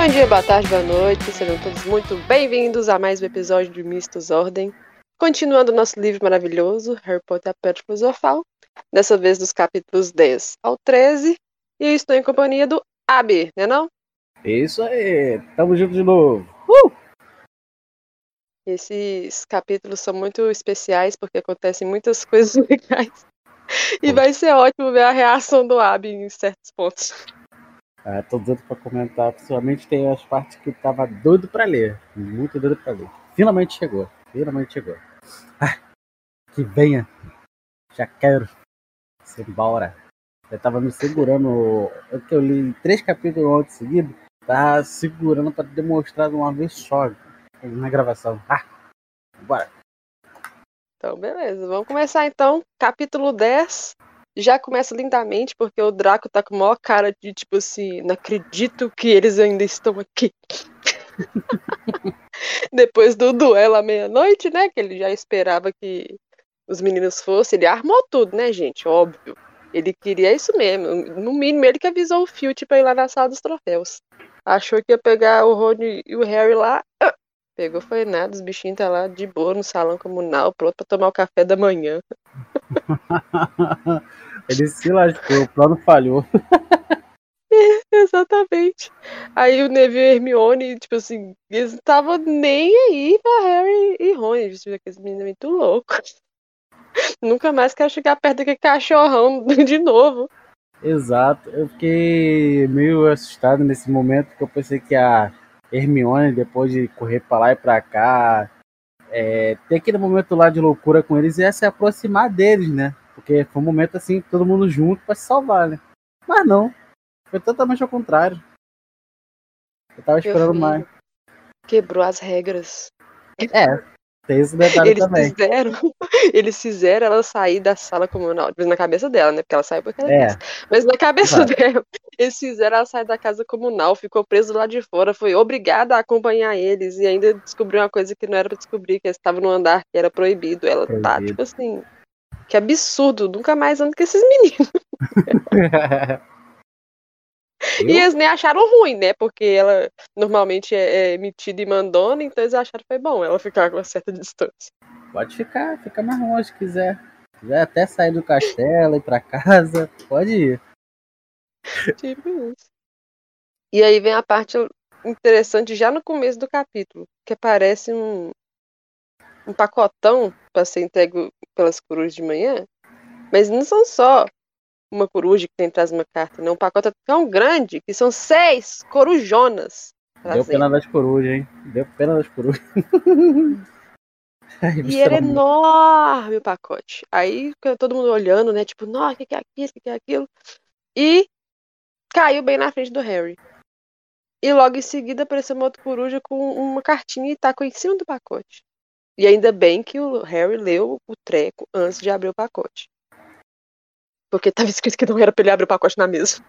dia, boa tarde, boa noite, sejam todos muito bem-vindos a mais um episódio de Mistos Ordem. Continuando nosso livro maravilhoso, Harry Potter e a Pedra Filosofal, dessa vez dos capítulos 10 ao 13, e eu estou em companhia do Abi, né não? Isso aí, tamo junto de novo. Esses capítulos são muito especiais porque acontecem muitas coisas legais. E vai ser ótimo ver a reação do Abi em certos pontos. Tô doido pra comentar, principalmente tem as partes que tava doido pra ler, muito doido pra ler. Finalmente chegou. Que venha, já quero, simbora. Eu tava me segurando, eu li 3 capítulos ontem seguidos, tá segurando pra demonstrar de uma vez só na gravação. Bora. Então, beleza. Vamos começar, então. Capítulo 10. Já começa lindamente, porque o Draco tá com a maior cara de, tipo assim, não acredito que eles ainda estão aqui. Depois do duelo à meia-noite, né? Que ele já esperava que os meninos fossem. Ele armou tudo, né, gente? Óbvio. Ele queria isso mesmo. No mínimo, ele que avisou o Filch pra ir lá na sala dos troféus. Achou que ia pegar o Rony e o Harry lá. Pegou foi nada, os bichinhos tá lá de boa no salão comunal, pronto pra tomar o café da manhã. Ele se lascou, o plano falhou. Exatamente. Aí o Neville e Hermione, tipo assim, eles não estavam nem aí pra Harry e Rony. Eles viram aqueles meninos muito loucos. Nunca mais quero chegar perto daquele cachorrão de novo. Exato, eu fiquei meio assustado nesse momento, porque eu pensei que a Hermione, depois de correr pra lá e pra cá, ter aquele momento lá de loucura com eles, ia se aproximar deles, né? Porque foi um momento assim, todo mundo junto pra se salvar, né? Mas não, foi totalmente ao contrário. Eu tava Meu esperando mais. filho, quebrou as regras. Tem esse detalhe Eles também. fizeram, eles fizeram ela sair da sala comunal, na cabeça dela, né? Porque ela saiu porque ela quis. Mas na cabeça Exato. dela, eles fizeram ela sair da casa comunal, ficou preso lá de fora, foi obrigada a acompanhar eles e ainda descobriu uma coisa que não era pra descobrir, que eles estavam no andar que era proibido. Ela tá, tipo assim, que absurdo, nunca mais ando com esses meninos. E eles nem acharam ruim, né? Porque ela normalmente é metida e mandona, então eles acharam que foi bom ela ficar com uma certa distância. Pode fica mais longe se quiser. Se quiser até sair do castelo, ir pra casa, pode ir. Tipo isso. E aí vem a parte interessante já no começo do capítulo, que aparece um pacotão para ser entregue pelas corujas de manhã, mas não são só uma coruja que tem traz uma carta, não. Um pacote tão grande que são 6 corujonas Deu pena trazendo. das corujas, hein? Deu pena das corujas. E era enorme o pacote. Aí todo mundo olhando, né? Tipo, nossa, o que é aquilo? O que é aquilo? E caiu bem na frente do Harry. E logo em seguida apareceu uma outra coruja com uma cartinha e tacou em cima do pacote. E ainda bem que o Harry leu o treco antes de abrir o pacote. Porque tava escrito que não era pra ele abrir o pacote na mesa.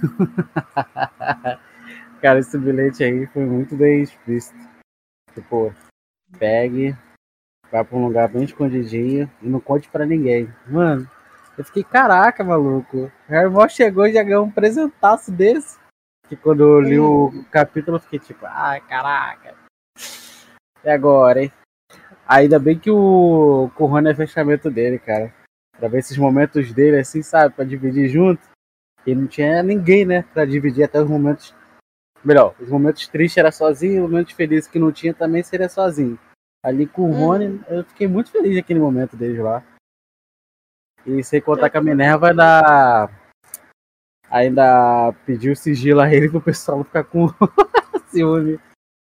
Cara, esse bilhete aí foi muito bem explícito. Tipo, pegue, vai pra um lugar bem escondidinho e não conte pra ninguém. Mano, eu fiquei, caraca, maluco. Harry Potter chegou e já ganhou um presentaço desse. Que quando eu li o capítulo, eu fiquei tipo, ai, caraca. E agora, hein? Ainda bem que o Rony é fechamento dele, cara. Pra ver esses momentos dele, assim, sabe? Pra dividir junto. E não tinha ninguém, né? Pra dividir até os momentos. Melhor, os momentos tristes era sozinho, os momentos felizes que não tinha também seria sozinho. Ali com o Rony, eu fiquei muito feliz naquele momento deles lá. E sem contar que a Minerva ainda pediu sigilo a ele pro pessoal não ficar com ciúme.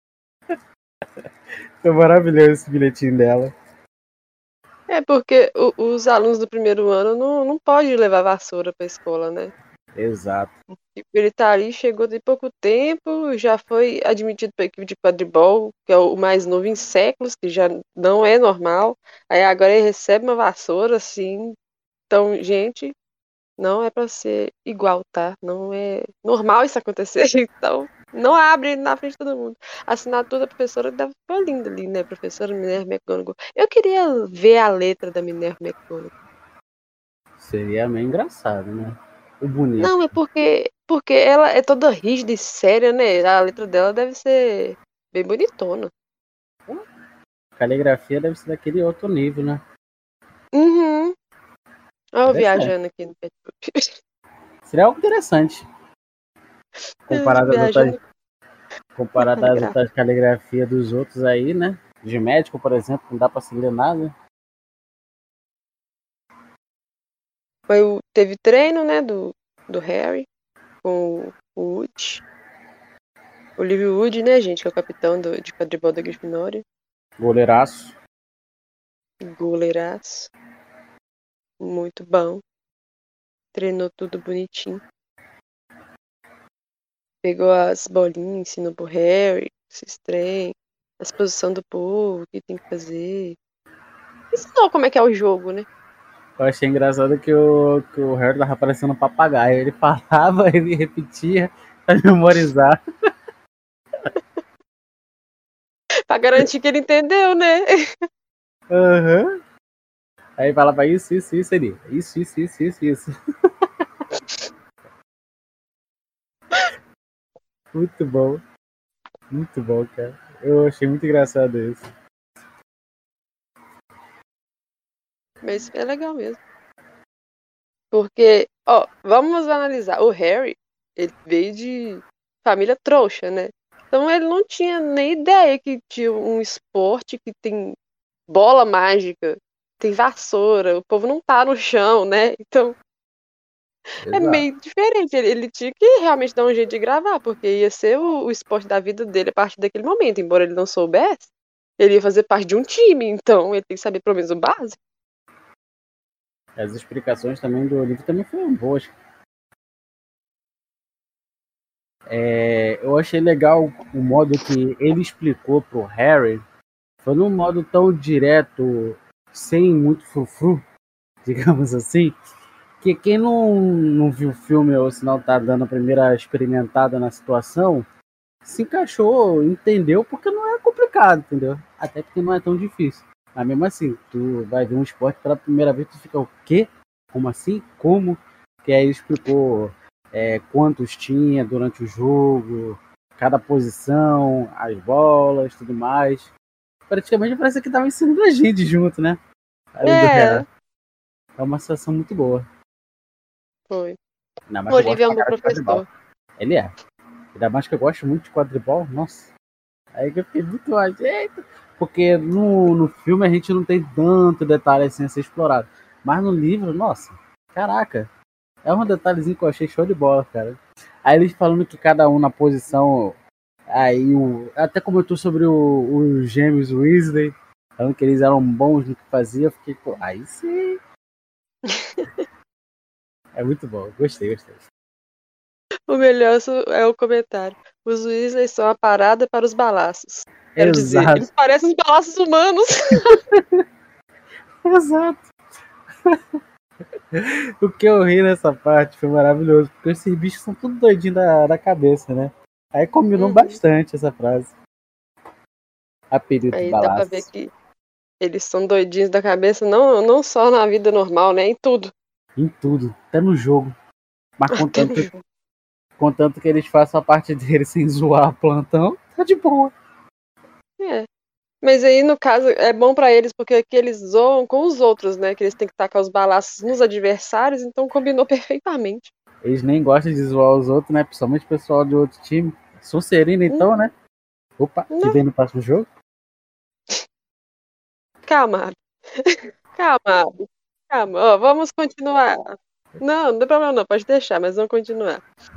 Foi maravilhoso esse bilhetinho dela. É porque os alunos do primeiro ano não podem levar vassoura pra escola, né? Exato. Ele tá ali, chegou de pouco tempo, já foi admitido para a equipe de quadribol, que é o mais novo em séculos, que já não é normal. Aí agora ele recebe uma vassoura, assim. Então, gente, não é para ser igual, tá? Não é normal isso acontecer. Então, não abre na frente de todo mundo. A assinatura da professora deve ficar linda ali, né? Professora Minerva McGonagall. Eu queria ver a letra da Minerva McGonagall. Seria meio engraçado, né? O bonito. Não, é porque Porque ela é toda rígida e séria, né? A letra dela deve ser bem bonitona. Caligrafia deve ser daquele outro nível, né? Uhum. Olha eu Interessante. viajando aqui no Facebook. Seria algo interessante. Comparado às outras, Viajando na comparado às caligrafia. outras caligrafias dos outros aí, né? De médico, por exemplo, não dá pra se ler nada. Teve treino, né, do Harry com o Wood. Olivia Wood, né, gente, que é o capitão de quadribol da Grifinória. Goleiraço. Goleiraço. Muito bom. Treinou tudo bonitinho. Pegou as bolinhas, ensinou pro Harry, esses trem, a exposição do povo, o que tem que fazer. Ensinou como é que é o jogo, né? Eu achei engraçado que o Harry tava parecendo um papagaio. Ele falava, ele repetia pra memorizar. Pra garantir que ele entendeu, né? Aham. Aí falava isso, ele. Isso. Muito bom. Muito bom, cara. Eu achei muito engraçado isso. Mas é legal mesmo. Porque, ó, vamos analisar. O Harry, ele veio de família trouxa, né? Então ele não tinha nem ideia que tinha um esporte que tem bola mágica, tem vassoura, o povo não tá no chão, né? Então é Exato. meio diferente. Ele tinha que realmente dar um jeito de gravar, porque ia ser o esporte da vida dele a partir daquele momento. Embora ele não soubesse, ele ia fazer parte de um time, então ele tem que saber pelo menos o básico. As explicações também do livro também foram boas. Eu achei legal o modo que ele explicou pro Harry. Foi num modo tão direto, sem muito frufru, digamos assim, que quem não viu o filme ou se não tá dando a primeira experimentada na situação, se encaixou, entendeu, porque não é complicado, entendeu? Até porque não é tão difícil. Mas mesmo assim, tu vai ver um esporte pela primeira vez, tu fica o quê? Como assim? Como? Que aí explicou quantos tinha durante o jogo, cada posição, as bolas, tudo mais. Praticamente parece que tava ensinando a gente junto, né? Além do real. É, É uma situação muito boa. foi. Ainda O mais que eu gosto Olivia é um pra bom cara de quadribol. professor. Ele é. Ainda mais que eu gosto muito de quadribol. Nossa. Aí que eu fiquei muito mais. Eita. Porque no filme a gente não tem tanto detalhe assim a ser explorado. Mas no livro, nossa, caraca. É um detalhezinho que eu achei show de bola, cara. Aí eles falando que cada um na posição. Aí até comentou sobre os gêmeos Weasley. Falando que eles eram bons no que faziam. Eu fiquei, pô, aí sim. É muito bom. Gostei. O melhor é o comentário. Os Weasley são a parada para os balaços. Quero dizer, Exato, eles parecem os balaços humanos. exato. O que eu ri nessa parte foi maravilhoso, porque esses bichos são tudo doidinhos da cabeça, né? Aí combinou Uhum. bastante essa frase. Apelido Aí dá pra ver balaço. que eles são doidinhos da cabeça, não só na vida normal, né? Em tudo. Em tudo, até no jogo. Mas Até no jogo. contanto que eles façam a parte deles sem zoar o plantão, tá de boa. É. Mas aí, no caso, é bom pra eles, porque aqui eles zoam com os outros, né? Que eles têm que tacar os balaços nos adversários, então combinou perfeitamente. Eles nem gostam de zoar os outros, né? Principalmente o pessoal de outro time. Sonserina, então, né? Opa, que Não, vem no próximo jogo? calma, calma, calma. Ó, vamos continuar. Não tem problema não, pode deixar, mas vamos continuar.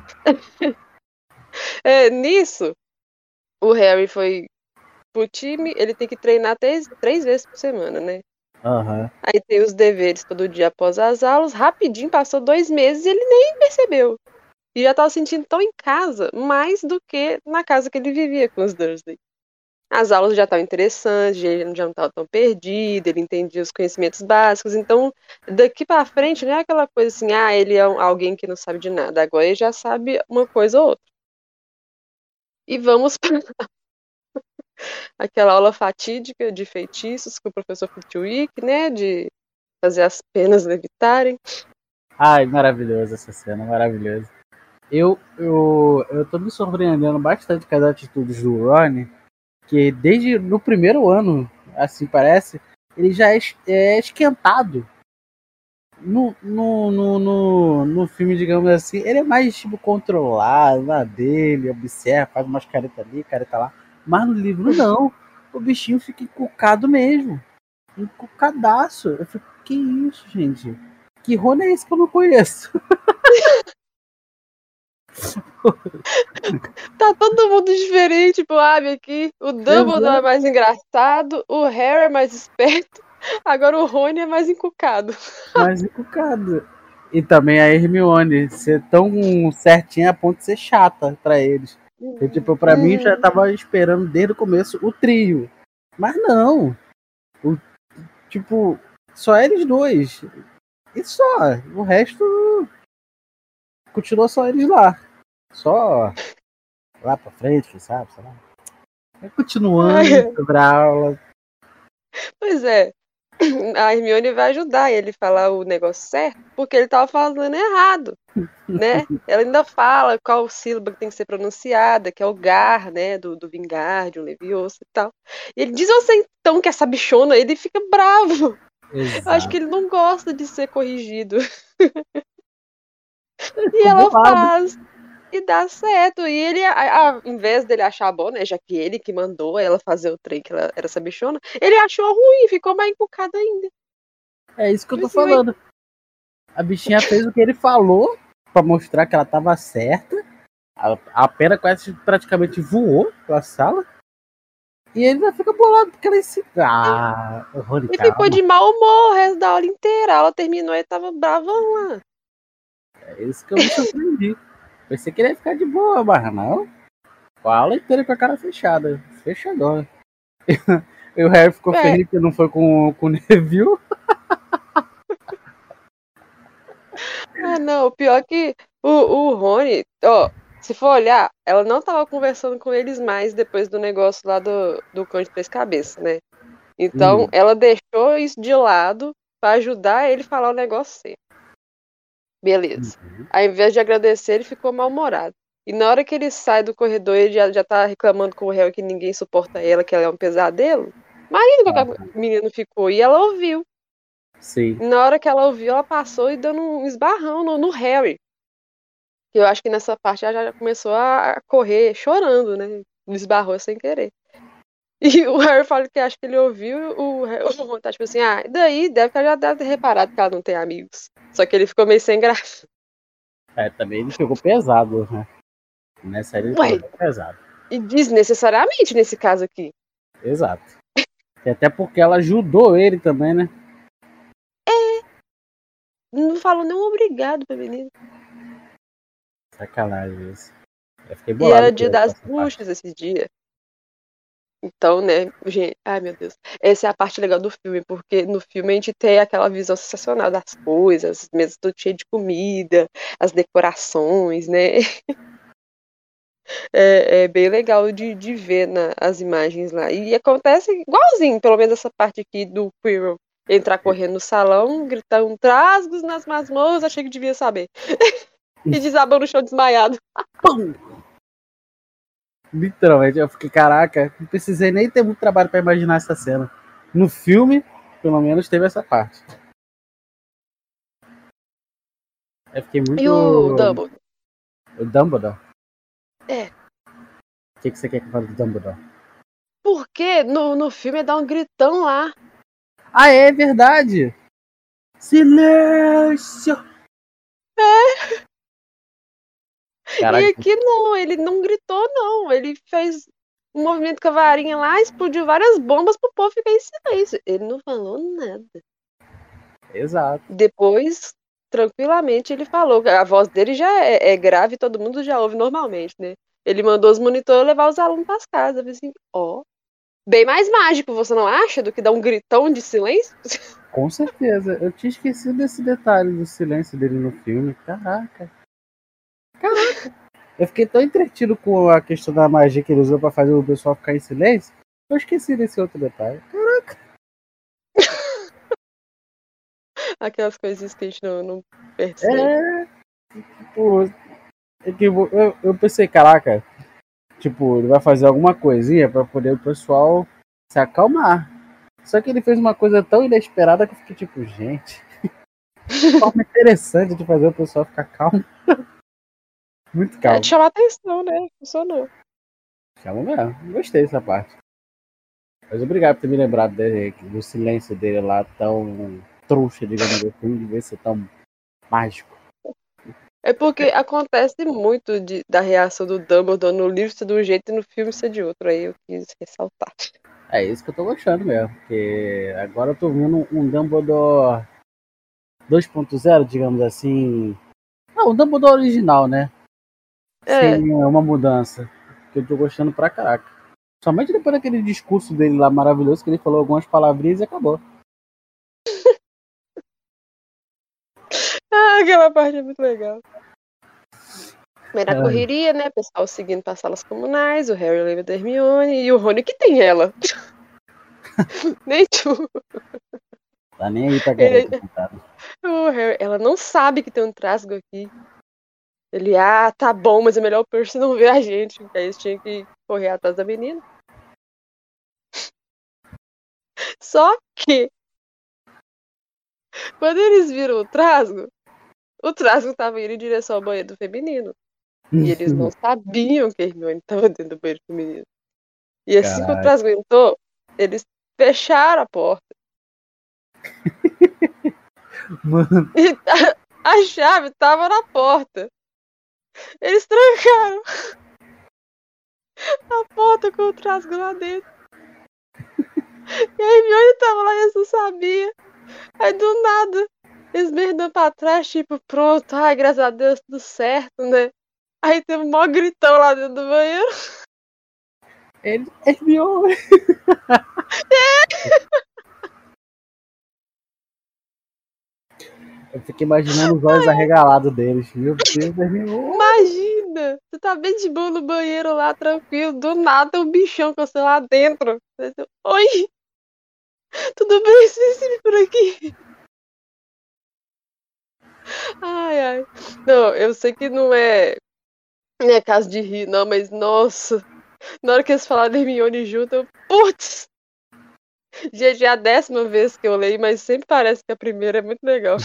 Nisso, o Harry foi pro time, ele tem que treinar três vezes por semana, né? Aham. Aí tem os deveres todo dia após as aulas. Rapidinho, passou 2 meses e ele nem percebeu. E já tava sentindo tão em casa, mais do que na casa que ele vivia com os Dursley. As aulas já estavam interessantes, ele já não estava tão perdido, ele entendia os conhecimentos básicos. Então, daqui para frente, não é aquela coisa assim, ele é alguém que não sabe de nada. Agora ele já sabe uma coisa ou outra. E vamos para aquela aula fatídica de feitiços com o professor Flitwick, né? De fazer as penas levitarem. Ai, maravilhoso essa cena, maravilhoso. Eu tô me surpreendendo bastante com as atitudes do Ron, que desde no primeiro ano, assim parece, ele já é esquentado. No filme, digamos assim, ele é mais tipo controlado, na dele, observa, faz umas caretas ali, careta lá. Mas no livro não. O bichinho fica encucado mesmo. Encucadaço. Eu fico, que isso, gente? Que Rony é esse que eu não conheço? Tá todo mundo diferente pro Abby aqui. O Dumbledore é Exato. mais engraçado, o Harry é mais esperto, agora o Rony é mais encucado. Mais encucado. E também a Hermione ser tão certinha a ponto de ser chata pra eles. E, tipo, pra mim já Uhum. tava esperando desde o começo o trio. Mas não. O, tipo, só eles dois. E só. O resto continua só eles lá. Só lá pra frente, quem sabe, sei lá. Vai continuando Ai, sobre a aula. pois é. A Hermione vai ajudar ele a falar o negócio certo, porque ele tava falando errado, né? Ela ainda fala qual sílaba que tem que ser pronunciada, que é o gar, né? Do Wingardium Leviosa e tal. E ele diz você então que essa bichona, ele fica bravo. Eu acho que Exato. ele não gosta de ser corrigido. E Ficou ela bolado. faz. E dá certo. E ele, em vez dele achar bom, né? Já que ele que mandou ela fazer o trem, que ela era essa bichona, ele achou ruim, ficou mais encucado ainda. É isso que eu Tipo tô assim, "Ui, falando. A bichinha fez o que ele falou pra mostrar que ela tava certa. A pena quase praticamente voou pela sala. E ele ainda fica bolado porque ela ensina. Ah, Rony, ele ficou calma. de mau humor o resto da aula inteira. A aula terminou e ele tava bravão lá. É isso que eu me surpreendi. Pensei que ele ia ficar de boa, mas não. Com a aula inteira com a cara fechada. Fechadona. E o Harry ficou É, feliz que não foi com o Neville. ah, não, o pior é que o Rony, ó, se for olhar, ela não tava conversando com eles mais depois do negócio lá do cão de três cabeças, né? Então, ela deixou isso de lado pra ajudar ele a falar o negócio certo. Beleza. Ao invés de agradecer, ele ficou mal-humorado. E na hora que ele sai do corredor, ele já tá reclamando com o réu que ninguém suporta ela, que ela é um pesadelo. Imagina como Ah, a menina ficou. E ela ouviu. sim. E na hora que ela ouviu, ela passou e dando um esbarrão no Harry. Que eu acho que nessa parte ela já começou a correr chorando, né? Esbarrou sem querer. E o Harry fala que acha que ele ouviu, o Ron tá tipo assim, ah, e daí deve que ela já deve ter reparado que ela não tem amigos. Só que ele ficou meio sem graça. É, também ele pegou pesado, né? Nessa ele Ué, pegou pesado. e desnecessariamente nesse caso aqui. Exato. E até porque ela ajudou ele também, né? Não falou nem um obrigado pra menina. Sacanagem isso. Eu fiquei E bolado era com dia das essa parte. bruxas esse dia. Então, né, gente, ai meu Deus. Essa é a parte legal do filme, porque no filme a gente tem aquela visão sensacional das coisas, as mesas tudo cheias de comida, as decorações, né? É bem legal de ver as imagens lá. E acontece igualzinho, pelo menos essa parte aqui do Quirrell entrar correndo no salão, gritando trasgos nas masmorras, achei que devia saber. E desabando no chão desmaiado. Pum! Literalmente, eu fiquei, caraca, não precisei nem ter muito trabalho pra imaginar essa cena. No filme, pelo menos, teve essa parte. Eu fiquei E muito. o Dumbledore? O Dumbledore? É, O que você quer que eu fale do Dumbledore? porque no filme dá um gritão lá. Ah, é verdade! Silêncio! E Caraca, aqui não, ele não gritou, não. Ele fez um movimento com a varinha lá, explodiu várias bombas pro povo ficar em silêncio. Ele não falou nada. exato. Depois, tranquilamente, ele falou. A voz dele já é grave, todo mundo já ouve normalmente, né? Ele mandou os monitores levar os alunos para as casas. Eu falei assim, ó, bem mais mágico, você não acha, do que dar um gritão de silêncio? Com certeza. Eu tinha esquecido desse detalhe do silêncio dele no filme. Caraca. Caraca. Eu fiquei tão entretido com a questão da magia que ele usou pra fazer o pessoal ficar em silêncio. Eu esqueci desse outro detalhe. Aquelas coisinhas que a gente não percebe. É, tipo, É que eu pensei, caraca, tipo, ele vai fazer alguma coisinha pra poder o pessoal se acalmar. Só que ele fez uma coisa tão inesperada que eu fiquei tipo, gente, forma interessante de fazer o pessoal ficar calmo. Muito É de calmo. chamar atenção, né? Funcionou. Calmo mesmo. Gostei dessa parte. Mas obrigado por ter me lembrado do silêncio dele lá, tão trouxa, digamos assim, de ver ser tão mágico. É porque acontece muito da reação do Dumbledore no livro ser de um jeito e no filme ser de outro. Aí eu quis ressaltar. É isso que eu tô gostando mesmo, porque agora eu tô vendo um Dumbledore 2.0, digamos assim. Não, o Dumbledore original, né? É. Sem uma mudança. Que eu tô gostando pra caraca. Somente depois daquele discurso dele lá maravilhoso, que ele falou algumas palavrinhas e acabou. Ah, aquela parte é muito legal. Mas na Ai, correria, né? Pessoal seguindo para salas comunais, o Harry lembra da Hermione e o Rony que tem ela. Nem tu. tá nem aí pra Ele, garota, coitado. o Harry, ela não sabe que tem um trasgo aqui. Ele, tá bom, mas é melhor o Percy não ver a gente. Aí eles tinham que correr atrás da menina. Só que, quando eles viram o trasgo tava indo em direção ao banheiro do feminino. E eles não sabiam que a Hermione tava dentro do banheiro feminino. E assim que o Caralho. trasgo entrou, eles fecharam a porta. Mano, E a chave tava na porta. Eles trancaram a porta com o trasgo lá dentro. E a Hermione tava lá e eles não sabiam. Aí do nada, eles merdam pra trás, tipo, pronto, ai, graças a Deus, tudo certo, né? Aí teve um maior gritão lá dentro do banheiro. ele me ouve. Eu fiquei imaginando os olhos arregalados deles. Meu Deus, ele me ouve. Imagina! Você tá bem de boa no banheiro lá, tranquilo, do nada um bichão com você lá dentro. Oi, tudo bem? Você por aqui? Ai, ai. Não, eu sei que não é caso de rir, não, mas nossa. Na hora que eles falaram de Hermione junto, eu, putz! Gente, é a 10ª vez que eu leio, mas sempre parece que a primeira é muito legal.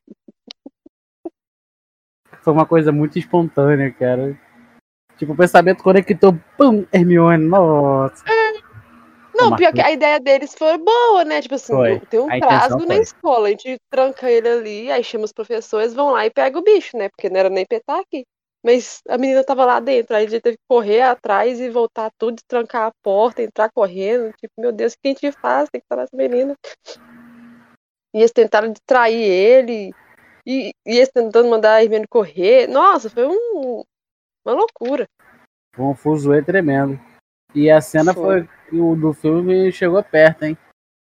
Foi uma coisa muito espontânea, cara. Tipo, o pensamento conectou. Pum, Hermione, nossa. Pô, Não, pior que Marcos, a ideia deles foi boa, né? Tipo assim, foi. tem um A intenção trasgo na foi. escola, a gente tranca ele ali, aí chama os professores, vão lá e pega o bicho, né? Porque não era nem petaque. Mas a menina tava lá dentro, aí a gente teve que correr atrás e voltar tudo, trancar a porta, entrar correndo. Tipo, meu Deus, o que a gente faz? Tem que parar essa menina. E eles tentaram distrair ele, e eles tentando mandar a Hermione correr. Nossa, foi uma loucura. Foi um fuzuê tremendo. E a cena Foi. foi. O do filme chegou perto, hein?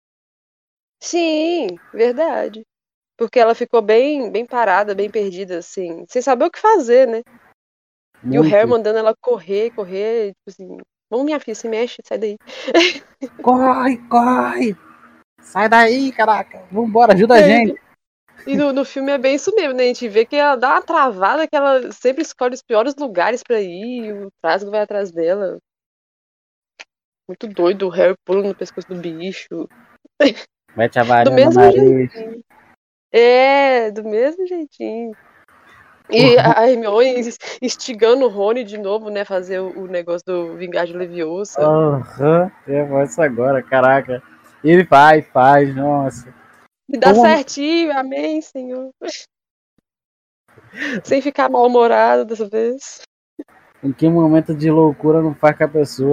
Sim, verdade. Porque ela ficou bem, bem parada, bem perdida, assim, sem saber o que fazer, né? E o Harry Muito. mandando ela correr, correr, tipo assim, vamos minha filha, se mexe, sai daí. Corre, corre! Sai daí, caraca! Vambora, ajuda a É, gente! e no filme é bem isso mesmo, né? A gente vê que ela dá uma travada, que ela sempre escolhe os piores lugares pra ir, e o Trasgo vai atrás dela. Muito doido, o Harry pula no pescoço do bicho. Mete a Do varinha no mesmo nariz. jeitinho. É, do mesmo jeitinho. E a Hermione instigando o Rony de novo, né? Fazer o negócio do Vingar de Leviosa. Aham, é isso agora, caraca. Ele faz, nossa. E dá Como certinho, amém, Senhor. Sem ficar mal-humorado dessa vez. em que momento de loucura não faz com a pessoa?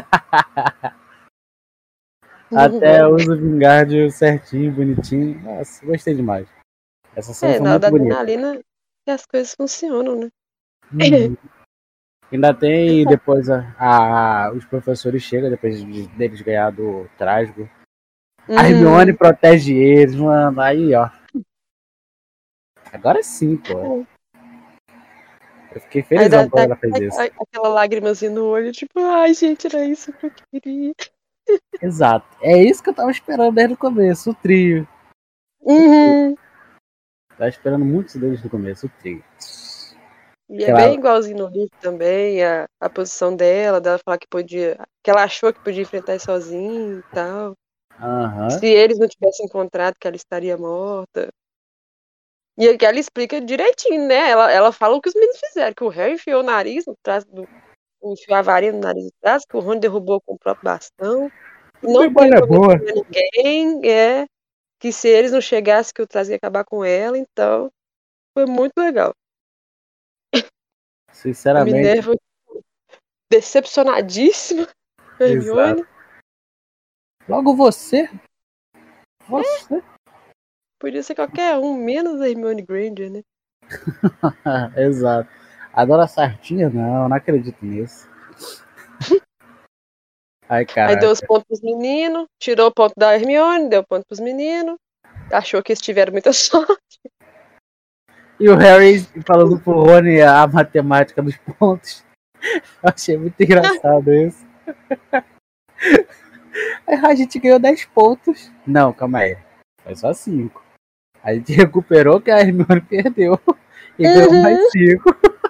Não Até é? usa o Vingardio certinho, bonitinho. Nossa, gostei demais. Essa cena É, foi na muito bonita. adrenalina que as coisas funcionam, né? Uhum. Ainda tem depois os professores chegam depois deles ganhar do Trasgo. A Hermione Hum, protege eles, mano. Aí, ó. Agora sim, pô. Eu fiquei aí felizão dá quando até ela fez isso. aquela lágrimazinha no olho, tipo, ai, gente, era isso que eu queria. Exato. É isso que eu tava esperando desde o começo, o trio. Uhum. Tava esperando muito isso desde o começo, o trio. E é bem Ela, igualzinho no livro também, a posição dela falar que podia, que ela achou que podia enfrentar isso sozinha e tal. aham. Se eles não tivessem encontrado, que ela estaria morta. E aqui ela explica direitinho, né? Ela fala o que os meninos fizeram, que o Harry enfiou o nariz no traço do. Enfiou a varinha no nariz do traço, que o Ron derrubou com o próprio bastão. E não queria Memória boa. comprometer ninguém, que se eles não chegassem, que o traço ia acabar com ela, então foi muito legal. A Sinceramente, Minerva decepcionadíssima, exato. Hermione. Logo você? Você? Podia ser qualquer um, menos a Hermione Granger, né? Exato. Adora sartinha? Não, não acredito nisso. Ai, Aí deu os caraca. pontos pros meninos, tirou o ponto da Hermione, deu ponto pros meninos. Achou que eles tiveram muita sorte. E o Harry falando pro Rony a matemática dos pontos. Eu achei muito engraçado isso. A gente ganhou 10 pontos. Não, calma aí. Foi só 5. A gente recuperou que a Hermione perdeu. E ganhou mais Uhum. 5.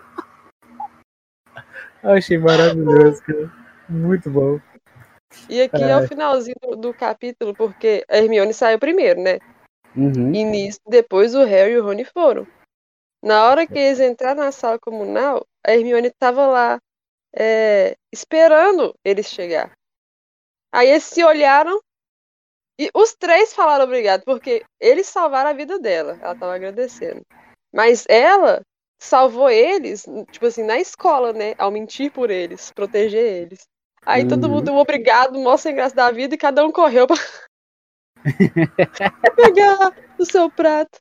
Eu achei maravilhoso, cara. Muito bom. E aqui é o finalzinho do capítulo, porque a Hermione saiu primeiro, né? Uhum. E nisso, depois o Harry e o Rony foram. Na hora que eles entraram na sala comunal, a Hermione tava lá, esperando eles chegar. Aí eles se olharam e os três falaram obrigado, porque eles salvaram a vida dela. Ela tava agradecendo. Mas ela salvou eles, tipo assim, na escola, né? Ao mentir por eles, proteger eles. Aí todo Uhum. mundo, obrigado, mostra a graça da vida, e cada um correu pra pegar o seu prato.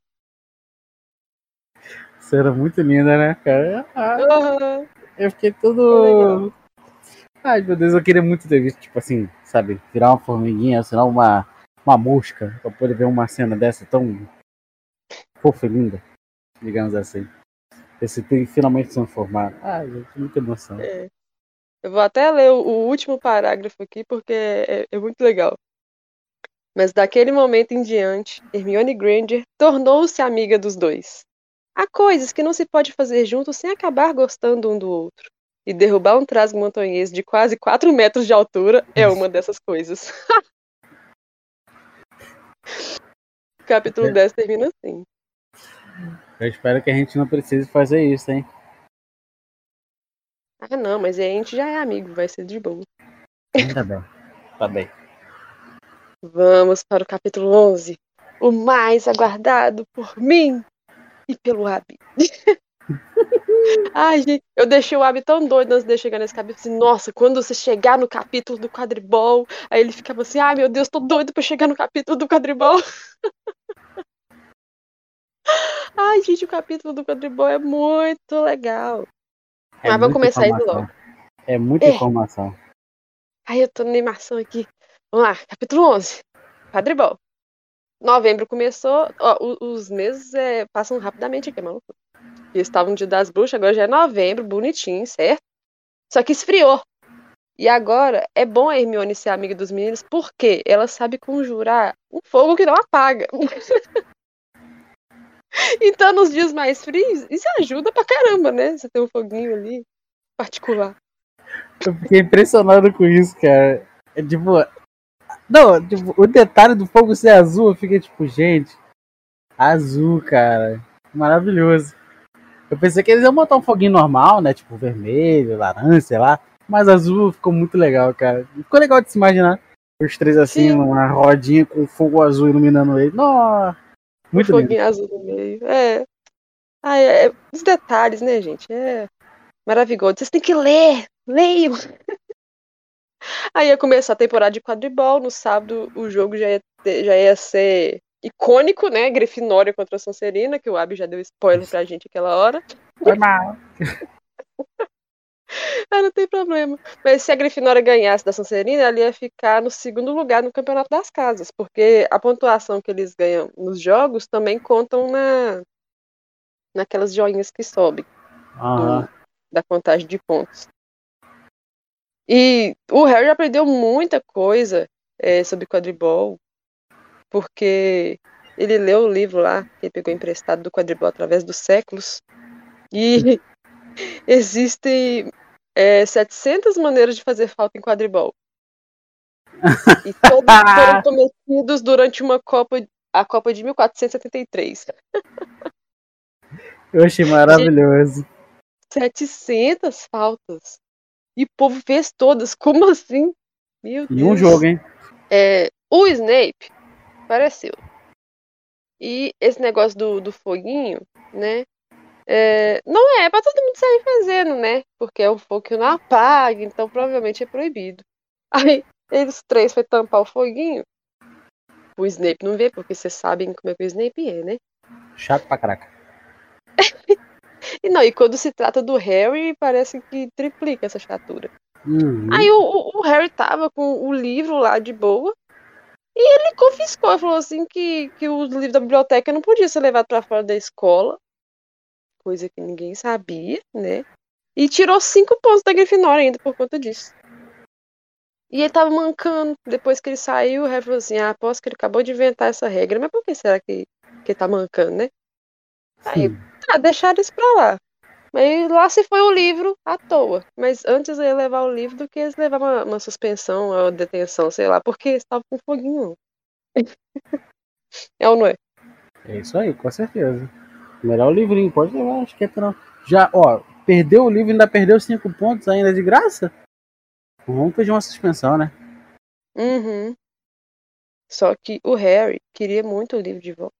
Cena muito linda, né, cara? Aham, Eu fiquei foi legal. todo. Ai, meu Deus, eu queria muito ter visto, tipo assim, sabe, virar uma formiguinha, senão uma mosca, pra poder ver uma cena dessa tão fofa e linda, digamos assim. Esse tem finalmente se transformar. Ai, gente, muita emoção. É. Eu vou até ler o último parágrafo aqui, porque é muito legal. Mas daquele momento em diante, Hermione Granger tornou-se amiga dos dois. Há coisas que não se pode fazer juntos sem acabar gostando um do outro. E derrubar um trasgo montanhês de quase 4 metros de altura é uma dessas coisas. O capítulo 10 termina assim. Eu espero que a gente não precise fazer isso, hein? Ah, não, mas aí a gente já é amigo, vai ser de boa. Ainda bem. Tá bem. Vamos para o capítulo 11. O mais aguardado por mim e pelo Abi. Ai, gente, eu deixei o Abi tão doido antes de chegar nesse capítulo. Assim, nossa, quando você chegar no capítulo do quadribol. Aí ele ficava assim, ai meu Deus, tô doido pra chegar no capítulo do quadribol. Ai, gente, o capítulo do quadribol é muito legal. É Mas vamos muita começar isso informação. logo. É muita É, informação. ai, eu tô na animação aqui. Vamos lá, capítulo 11. Quadribol. Novembro começou, ó, os meses passam rapidamente aqui, maluco. Eles estavam no Dia das Bruxas, agora já é novembro, bonitinho, certo? Só que esfriou. E agora é bom a Hermione ser amiga dos meninos, porque ela sabe conjurar um fogo que não apaga. Então, nos dias mais frios, isso ajuda pra caramba, né? Você tem um foguinho ali, particular. Eu fiquei impressionado com isso, cara. É tipo. Não, tipo, o detalhe do fogo ser azul, eu fiquei tipo, gente, azul, cara. Maravilhoso. Eu pensei que eles iam botar um foguinho normal, né? Tipo, vermelho, laranja, sei lá. Mas azul ficou muito legal, cara. Ficou legal de se imaginar. Os três assim, Sim, numa rodinha com fogo azul iluminando ele. Nossa, o muito lindo. foguinho azul no meio. Os detalhes, né, gente? É maravilhoso. Vocês têm que ler! Leiam! Aí ia começar a temporada de quadribol. No sábado, o jogo já ia ser icônico, né? Grifinória contra a Sonserina, que o Abby já deu spoiler pra gente aquela hora. Foi mal. Ah, não tem problema. Mas se a Grifinória ganhasse da Sonserina, ela ia ficar no segundo lugar no Campeonato das Casas, porque a pontuação que eles ganham nos jogos também contam naquelas joinhas que sobem Aham. do, da contagem de pontos. E o Harry aprendeu muita coisa sobre quadribol, porque ele leu o livro lá, que ele pegou emprestado do quadribol através dos séculos, e Existem 700 maneiras de fazer falta em quadribol. E todos foram cometidos durante a Copa de 1473. Eu achei maravilhoso. 700 faltas. E o povo fez todas. Como assim? Meu Em um Deus. jogo, hein? O Snape apareceu. E esse negócio do foguinho, né? Não é pra todo mundo sair fazendo, né? Porque é um fogo que não apaga, então provavelmente é proibido. Aí eles três foi tampar o foguinho. O Snape não vê, porque vocês sabem como é que o Snape é, né? Chato pra caraca. E quando se trata do Harry, parece que triplica essa chatura. Uhum. Aí o Harry tava com o livro lá de boa. E ele confiscou, falou assim que o livro da biblioteca não podia ser levado pra fora da escola. Coisa que ninguém sabia, né? E tirou 5 pontos da Grifinória ainda por conta disso. E ele tava mancando. Depois que ele saiu, o Harry falou assim: aposto que ele acabou de inventar essa regra. Mas por que será que ele tá mancando, né? Aí, deixaram isso pra lá. Mas lá se foi o livro à toa. Mas antes eu ia levar o livro do que eles levar uma suspensão ou detenção, sei lá, porque eles estavam com foguinho. É ou não é? É isso aí, com certeza. Melhor o livrinho, pode levar, acho que é pra... Já, ó, perdeu o livro, ainda perdeu 5 pontos ainda de graça? Vamos pedir uma suspensão, né? Uhum. Só que o Harry queria muito o livro de volta.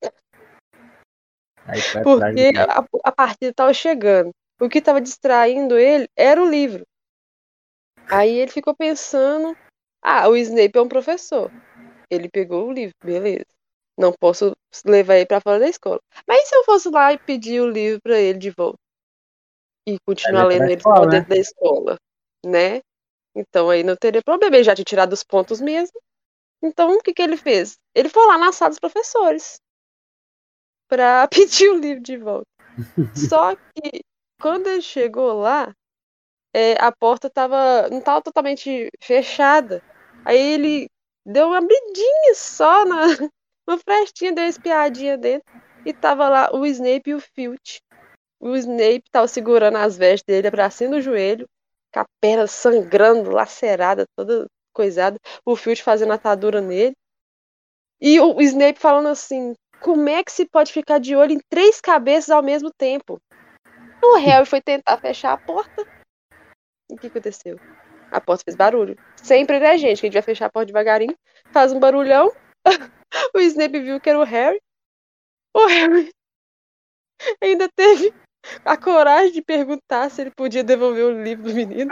Aí vai atrás do Porque cara. a partida estava chegando. O que estava distraindo ele era o livro. Aí ele ficou pensando: o Snape é um professor. Ele pegou o livro, beleza. Não posso levar ele para fora da escola. Mas e se eu fosse lá e pedir o livro para ele de volta? E Aí continuar vai pra lendo ele só escola, né? dentro da escola, né? Então aí não teria problema. Ele já tinha tirado os pontos mesmo. Então o que ele fez? Ele foi lá na sala dos professores para pedir o livro de volta. Só que quando ele chegou lá, a porta não estava totalmente fechada. Aí ele deu uma abridinha só uma frestinha, deu uma espiadinha dentro. E tava lá o Snape e o Filch. O Snape tava segurando as vestes dele pra cima do joelho, com a perna sangrando, lacerada, toda coisada. O Filch fazendo atadura nele. E o Snape falando assim: como é que se pode ficar de olho em 3 cabeças ao mesmo tempo? O Harry foi tentar fechar a porta. E o que aconteceu? A porta fez barulho. Sempre, né, gente? Que a gente vai fechar a porta devagarinho. Faz um barulhão. O Snape viu que era o Harry. O Harry ainda teve a coragem de perguntar se ele podia devolver o livro do menino.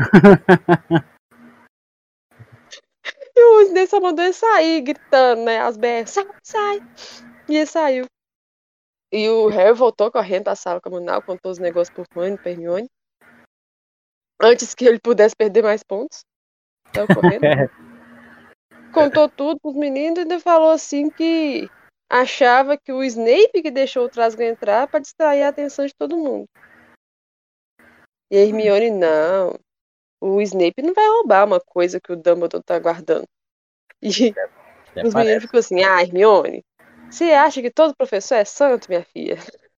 E o Snape só mandou ele sair, gritando, né? As berras. Sai, sai. E ele saiu. E o Harry voltou correndo pra sala comunal, contou os negócios por Rony, pra Hermione. Antes que ele pudesse perder mais pontos. Saiu correndo. Contou tudo pros meninos e ainda falou assim que achava que o Snape que deixou o Trasgo entrar pra distrair a atenção de todo mundo. E a Hermione, não. O Snape não vai roubar uma coisa que o Dumbledore tá guardando. E Até os meninos parece. ficam assim: Hermione, você acha que todo professor é santo, minha filha?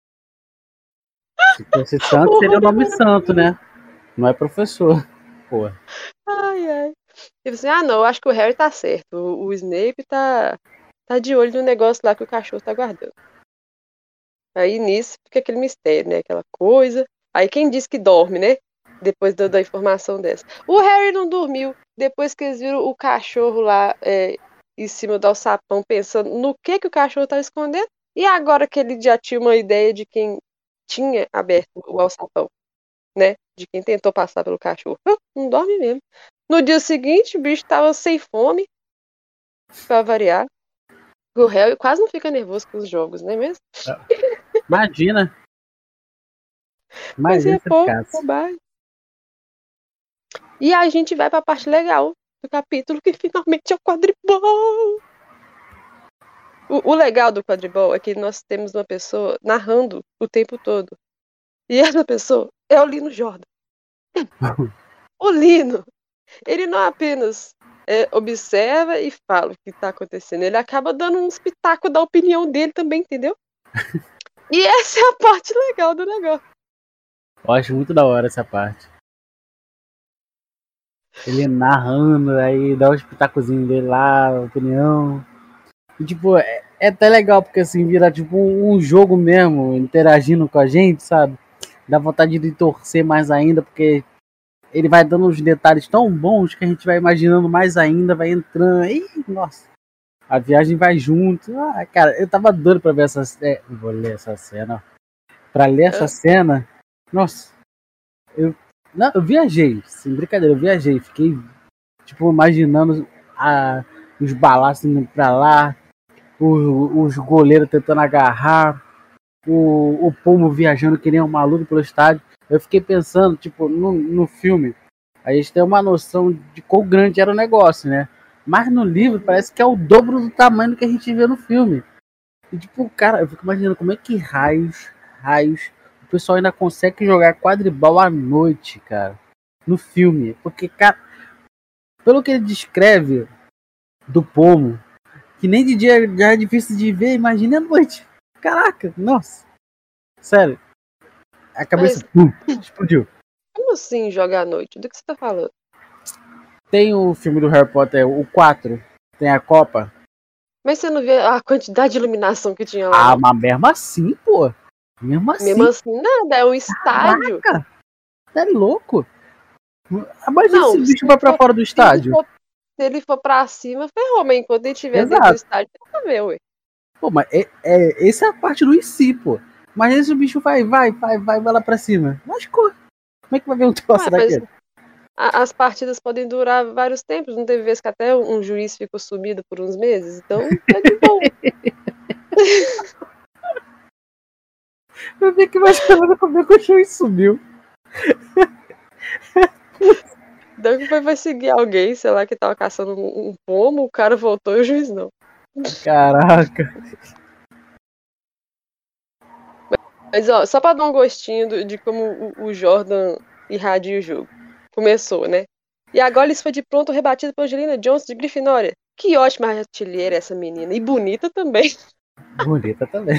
Se fosse santo, O seria o Rony nome santo, né? Não é professor. Pô. ai, ai. Ele assim: não, eu acho que o Harry tá certo. O Snape tá de olho no negócio lá que o cachorro tá guardando. Aí nisso fica aquele mistério, né? Aquela coisa. Aí quem diz que dorme, né? Depois da informação dessa. O Harry não dormiu. Depois que eles viram o cachorro lá em cima do alçapão, pensando no que o cachorro tá escondendo. E agora que ele já tinha uma ideia de quem tinha aberto o alçapão, né? De quem tentou passar pelo cachorro. Não dorme mesmo. No dia seguinte, o bicho tava sem fome, pra variar. O Harry quase não fica nervoso com os jogos, não é mesmo? Imagina. Mas Imagina é se pouco, ficasse. bobagem. E a gente vai pra parte legal do capítulo, que finalmente é o quadribol. O legal do quadribol é que nós temos uma pessoa narrando o tempo todo. E essa pessoa é o Lino Jordan. O Lino, ele não apenas observa e fala o que está acontecendo, ele acaba dando uns pitacos da opinião dele também, entendeu? E essa é a parte legal do negócio. Eu acho muito da hora essa parte. Ele narrando, aí dá o espetáculozinho dele lá, opinião. E, tipo, é até legal, porque assim, vira tipo um jogo mesmo, interagindo com a gente, sabe? Dá vontade de torcer mais ainda, porque ele vai dando uns detalhes tão bons que a gente vai imaginando mais ainda, vai entrando. Ih, nossa, a viagem vai junto. Ah, cara, eu tava doido pra ver essa cena. Vou ler essa cena. Pra ler essa cena, nossa, eu, não, eu viajei, sem brincadeira, eu viajei. Fiquei, tipo, imaginando os balaços indo pra lá, os goleiros tentando agarrar, o pomo viajando que nem um maluco pelo estádio. Eu fiquei pensando, tipo, no filme, a gente tem uma noção de quão grande era o negócio, né? Mas no livro parece que é o dobro do tamanho do que a gente vê no filme. E tipo, cara, eu fico imaginando como é que raios, o pessoal ainda consegue jogar quadribol à noite, cara, no filme. Porque, cara, pelo que ele descreve do pomo, que nem de dia já é difícil de ver, imagine à noite. Caraca, nossa. Sério, a cabeça Mas explodiu. como assim jogar à noite? Do que você tá falando? Tem o filme do Harry Potter, o 4, tem a Copa. Mas você não vê a quantidade de iluminação que tinha lá, Ah, não? mas mesmo assim, pô. Mesmo Mesmo assim, assim, nada, é um estádio. caraca, tá louco? Imagina se Não, o se bicho vai pra for, fora do se ele estádio. for, se ele for pra cima, ferrou, mas enquanto ele estiver dentro do Exato. estádio, tem que ver, ué. Pô, mas essa é a parte do em si, pô. Imagina se o bicho vai lá pra cima. Mas como é que vai ver um troço Ué, mas daquele? as partidas podem durar vários tempos. Não teve vez que até um juiz ficou sumido por uns meses? Então, é de boa. Eu fico imaginando como é que o show sumiu. Então, vai seguir alguém, sei lá, que tava caçando um pomo, o cara voltou e o juiz não. Caraca. Mas, ó, só pra dar um gostinho de como o Jordan irradia o jogo. Começou, né? E agora isso foi de pronto rebatido por Angelina Johnson de Grifinória. Que ótima artilheira essa menina. E bonita também. Bonita também.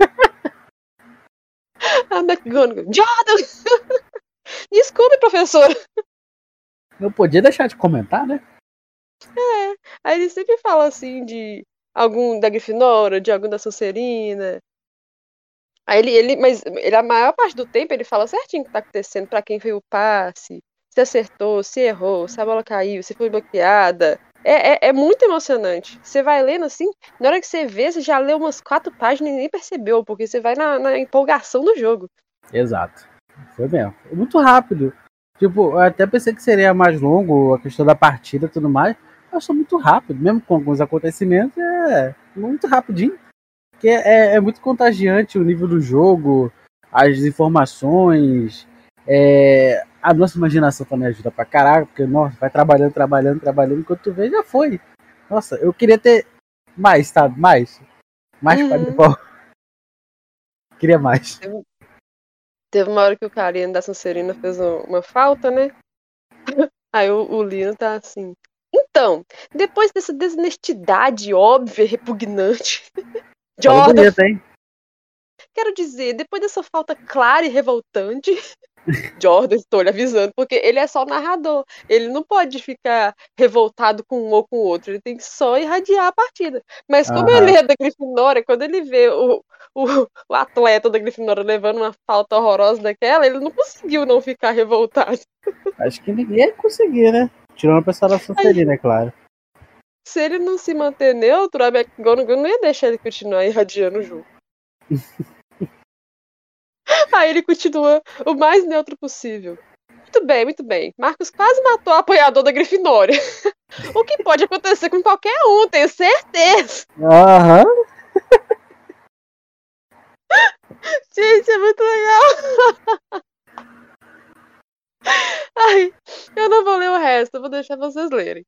A McGonagall. Jordan! Desculpe, professora. Não podia deixar de comentar, né? É. Aí ele sempre fala assim de algum da Grifinória, de algum da Sonserina. Aí mas ele, a maior parte do tempo ele fala certinho o que tá acontecendo, pra quem foi o passe, se acertou, se errou, se a bola caiu, se foi bloqueada. É muito emocionante. Você vai lendo assim, na hora que você vê, você já leu umas 4 páginas e nem percebeu, porque você vai na empolgação do jogo. Exato. Foi mesmo. Foi muito rápido. Tipo, eu até pensei que seria mais longo a questão da partida e tudo mais. Mas foi muito rápido. Mesmo com alguns acontecimentos, é muito rapidinho. Porque é muito contagiante o nível do jogo, as informações. A nossa imaginação também ajuda pra caraca, porque, nossa, vai trabalhando, enquanto tu vê, já foi. Nossa, eu queria ter mais, sabe? Mais Uhum. quadribol. Queria mais. Teve uma hora que o carinha da Sonserina fez uma falta, né? Aí o Lino tá assim. Então, depois dessa desonestidade óbvia e repugnante, Falou Jordan, bonito, hein? quero dizer, depois dessa falta clara e revoltante, Jordan, estou lhe avisando, porque ele é só narrador. Ele não pode ficar revoltado com um ou com o outro. Ele tem que só irradiar a partida. Mas como ele Aham. é da Grifinória, quando ele vê o atleta da Grifinória levando uma falta horrorosa daquela, ele não conseguiu não ficar revoltado. Acho que ninguém ia conseguir, né? Tirando a pessoa da Aí, Sonserina, é claro. se ele não se manter neutro, a McGonagall não ia deixar ele continuar irradiando o jogo. Aí ele continua o mais neutro possível. Muito bem, muito bem. Marcos quase matou o apoiador da Grifinória. O que pode acontecer com qualquer um, tenho certeza. Aham. Gente, é muito legal. Ai, eu não vou ler o resto, eu vou deixar vocês lerem.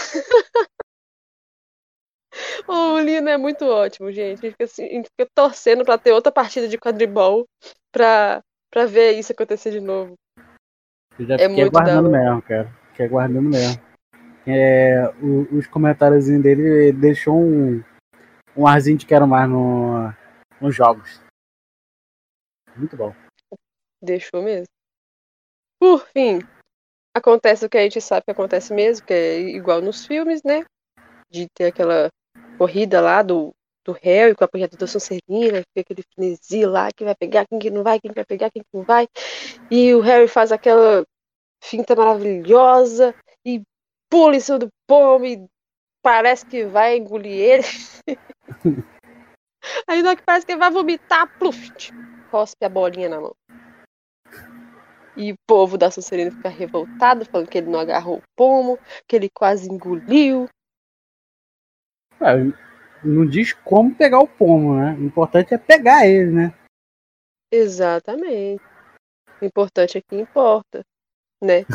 O Lino é muito ótimo, gente. A gente fica torcendo pra ter outra partida de quadribol pra, pra ver isso acontecer de novo. Eu já É fiquei muito da aguardando hora. mesmo, cara. Fiquei aguardando mesmo. Os comentários dele deixou um arzinho de quero mais nos jogos. Muito bom. Deixou mesmo. Por fim, acontece o que a gente sabe que acontece mesmo, que é igual nos filmes, né? De ter aquela corrida lá do Harry com a punheta da Sonserina, fica aquele frenesi lá, quem vai pegar, quem que não vai, quem que vai pegar, quem que não vai. E o Harry faz aquela finta maravilhosa e pula em cima do pomo e parece que vai engolir ele. Aí na hora que parece que ele vai vomitar, pluf, cospe a bolinha na mão. E o povo da Sonserina fica revoltado, falando que ele não agarrou o pomo, que ele quase engoliu. Não diz como pegar o pomo, né? O importante é pegar ele, né? Exatamente. O importante é que importa, né?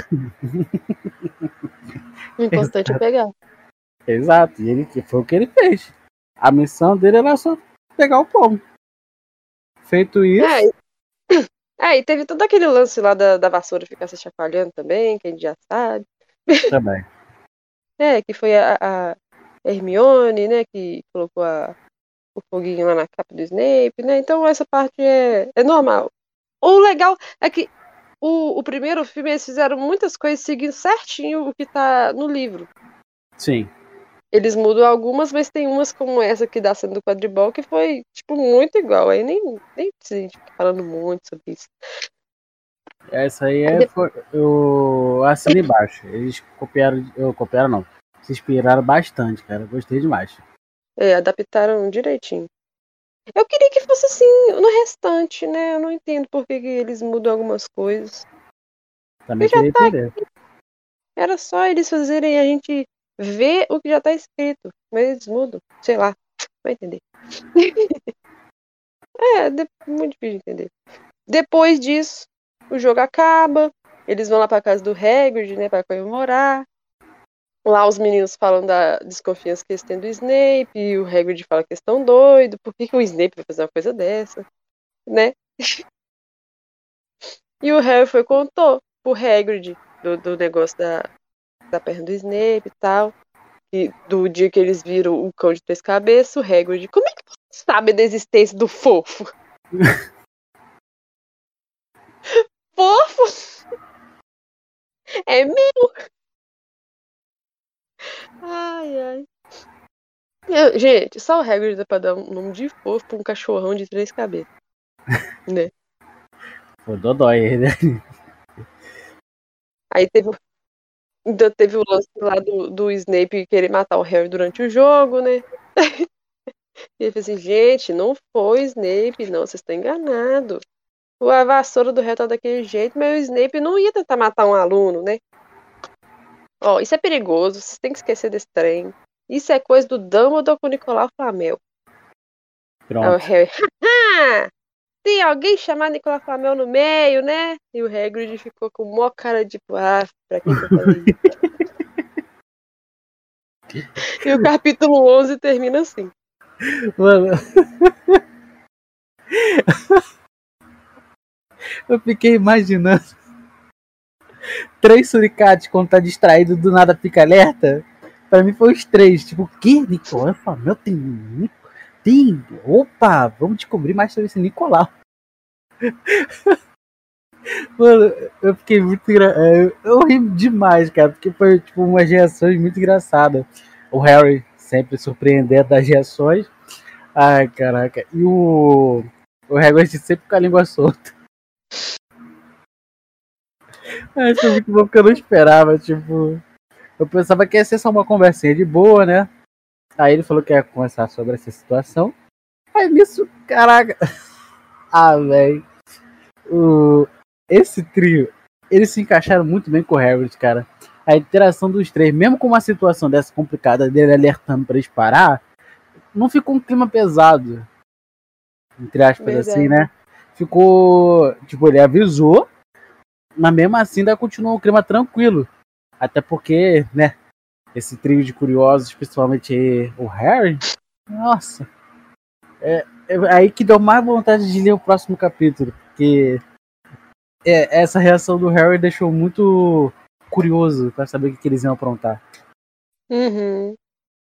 O importante é Exato. pegar. Exato. E ele, foi o que ele fez. A missão dele era só pegar o pomo. Feito É, isso. e teve todo aquele lance lá da vassoura ficar se chacoalhando também, que a gente já sabe. Também. Que foi a Hermione, né, que colocou o foguinho lá na capa do Snape, né? Então essa parte é normal. O legal é que o primeiro filme eles fizeram muitas coisas seguindo certinho o que tá no livro. Sim. Eles mudam algumas, mas tem umas como essa que dá sendo do quadribol que foi, tipo, muito igual. Aí nem precisa a gente ficar falando muito sobre isso. Essa aí Aí depois, foi, eu assino embaixo. Eles copiaram não. Se inspiraram bastante, cara. Gostei demais. adaptaram direitinho. Eu queria que fosse assim no restante, né? Eu não entendo por que eles mudam algumas coisas. E Também já queria tá, entender. era só eles fazerem a gente ver o que já tá escrito. Mas eles mudam, sei lá, vai entender. Muito difícil de entender. Depois disso, o jogo acaba. Eles vão lá pra casa do Hagrid, né, pra comemorar. Lá os meninos falam da desconfiança que eles têm do Snape, e o Hagrid fala que eles estão doidos, por que o Snape vai fazer uma coisa dessa, né? E o Harry foi e contou pro Hagrid do negócio da perna do Snape e tal. E do dia que eles viram o cão de três cabeças, o Hagrid, como é que você sabe da existência do fofo? Fofo? É meu? Ai, ai. Gente, só o Hagrid dá pra dar um nome de fofo pra um cachorrão de três cabeças, né? Foi dodói, né? Aí teve o lance lá do Snape querer matar o Harry durante o jogo, né? E ele fez assim, gente, não foi o Snape, não, vocês estão enganados. A vassoura do Harry tá daquele jeito, mas o Snape não ia tentar matar um aluno, né? Ó, isso é perigoso, vocês têm que esquecer desse trem. Isso é coisa do Dumbledore com o Nicolau Flamel. Aí o Pronto. Harry, haha! Tem alguém chamar Nicolau Flamel no meio, né? E o Hagrid ficou com mó cara de, pra que eu falei isso? E o capítulo 11 termina assim. Mano, eu fiquei imaginando 3 suricates quando tá distraído do nada fica alerta. Pra mim foi os 3. Tipo, o que? Nicolau Flamel tem. Opa, vamos descobrir mais sobre esse Nicolau. Mano, eu fiquei muito eu ri demais, cara, porque foi tipo umas reações muito engraçadas. O Harry sempre surpreendendo das reações. Ai, caraca. E o Hagrid sempre com a língua solta. Ai, foi muito bom porque eu não esperava, tipo, eu pensava que ia ser só uma conversinha de boa, né? Aí ele falou que ia conversar sobre essa situação. Aí nisso, caraca. Ah, velho. Esse trio, eles se encaixaram muito bem com o Hagrid, cara. A interação dos três, mesmo com uma situação dessa complicada dele alertando pra eles parar, não ficou um clima pesado, entre aspas, assim, Verdade. né? Ficou, tipo, ele avisou, mas mesmo assim ainda continuou um clima tranquilo. Até porque, né, esse trio de curiosos, principalmente o Harry, nossa, é aí que deu mais vontade de ler o próximo capítulo, porque essa reação do Harry deixou muito curioso para saber o que eles iam aprontar. Uhum.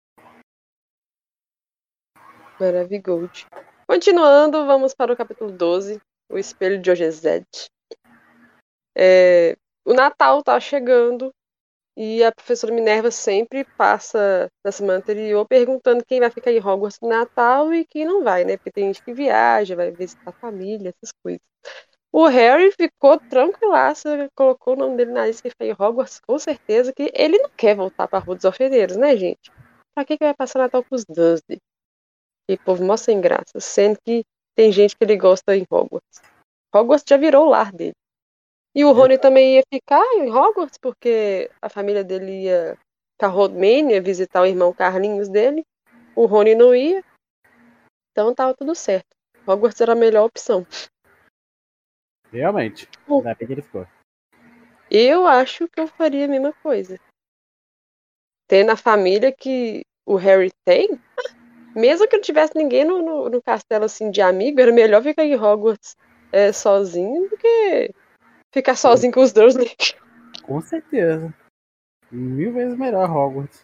Maravigold. Continuando, vamos para o capítulo 12, o espelho de Ogezed. o Natal tá chegando e a professora Minerva sempre passa na semana anterior perguntando quem vai ficar em Hogwarts no Natal e quem não vai, né? Porque tem gente que viaja, vai visitar a família, essas coisas. O Harry ficou tranquilaço, colocou o nome dele na lista que foi em Hogwarts, com certeza que ele não quer voltar pra Rua dos Alfeneiros, né, gente? Pra que vai passar Natal com os Dursley? Que povo mó sem graça, sendo que tem gente que ele gosta em Hogwarts. Hogwarts já virou o lar dele. E o Rony também ia ficar em Hogwarts, porque a família dele ia pra Rodmania visitar o irmão Carlinhos dele. O Rony não ia, então tava tudo certo. Hogwarts era a melhor opção. Realmente. Ainda bem que ele ficou. Eu acho que eu faria a mesma coisa. Tendo a família que o Harry tem, mesmo que não tivesse ninguém no castelo assim de amigo, era melhor ficar em Hogwarts sozinho do que ficar sozinho com os Dursley. Com certeza. 1000 vezes melhor Hogwarts.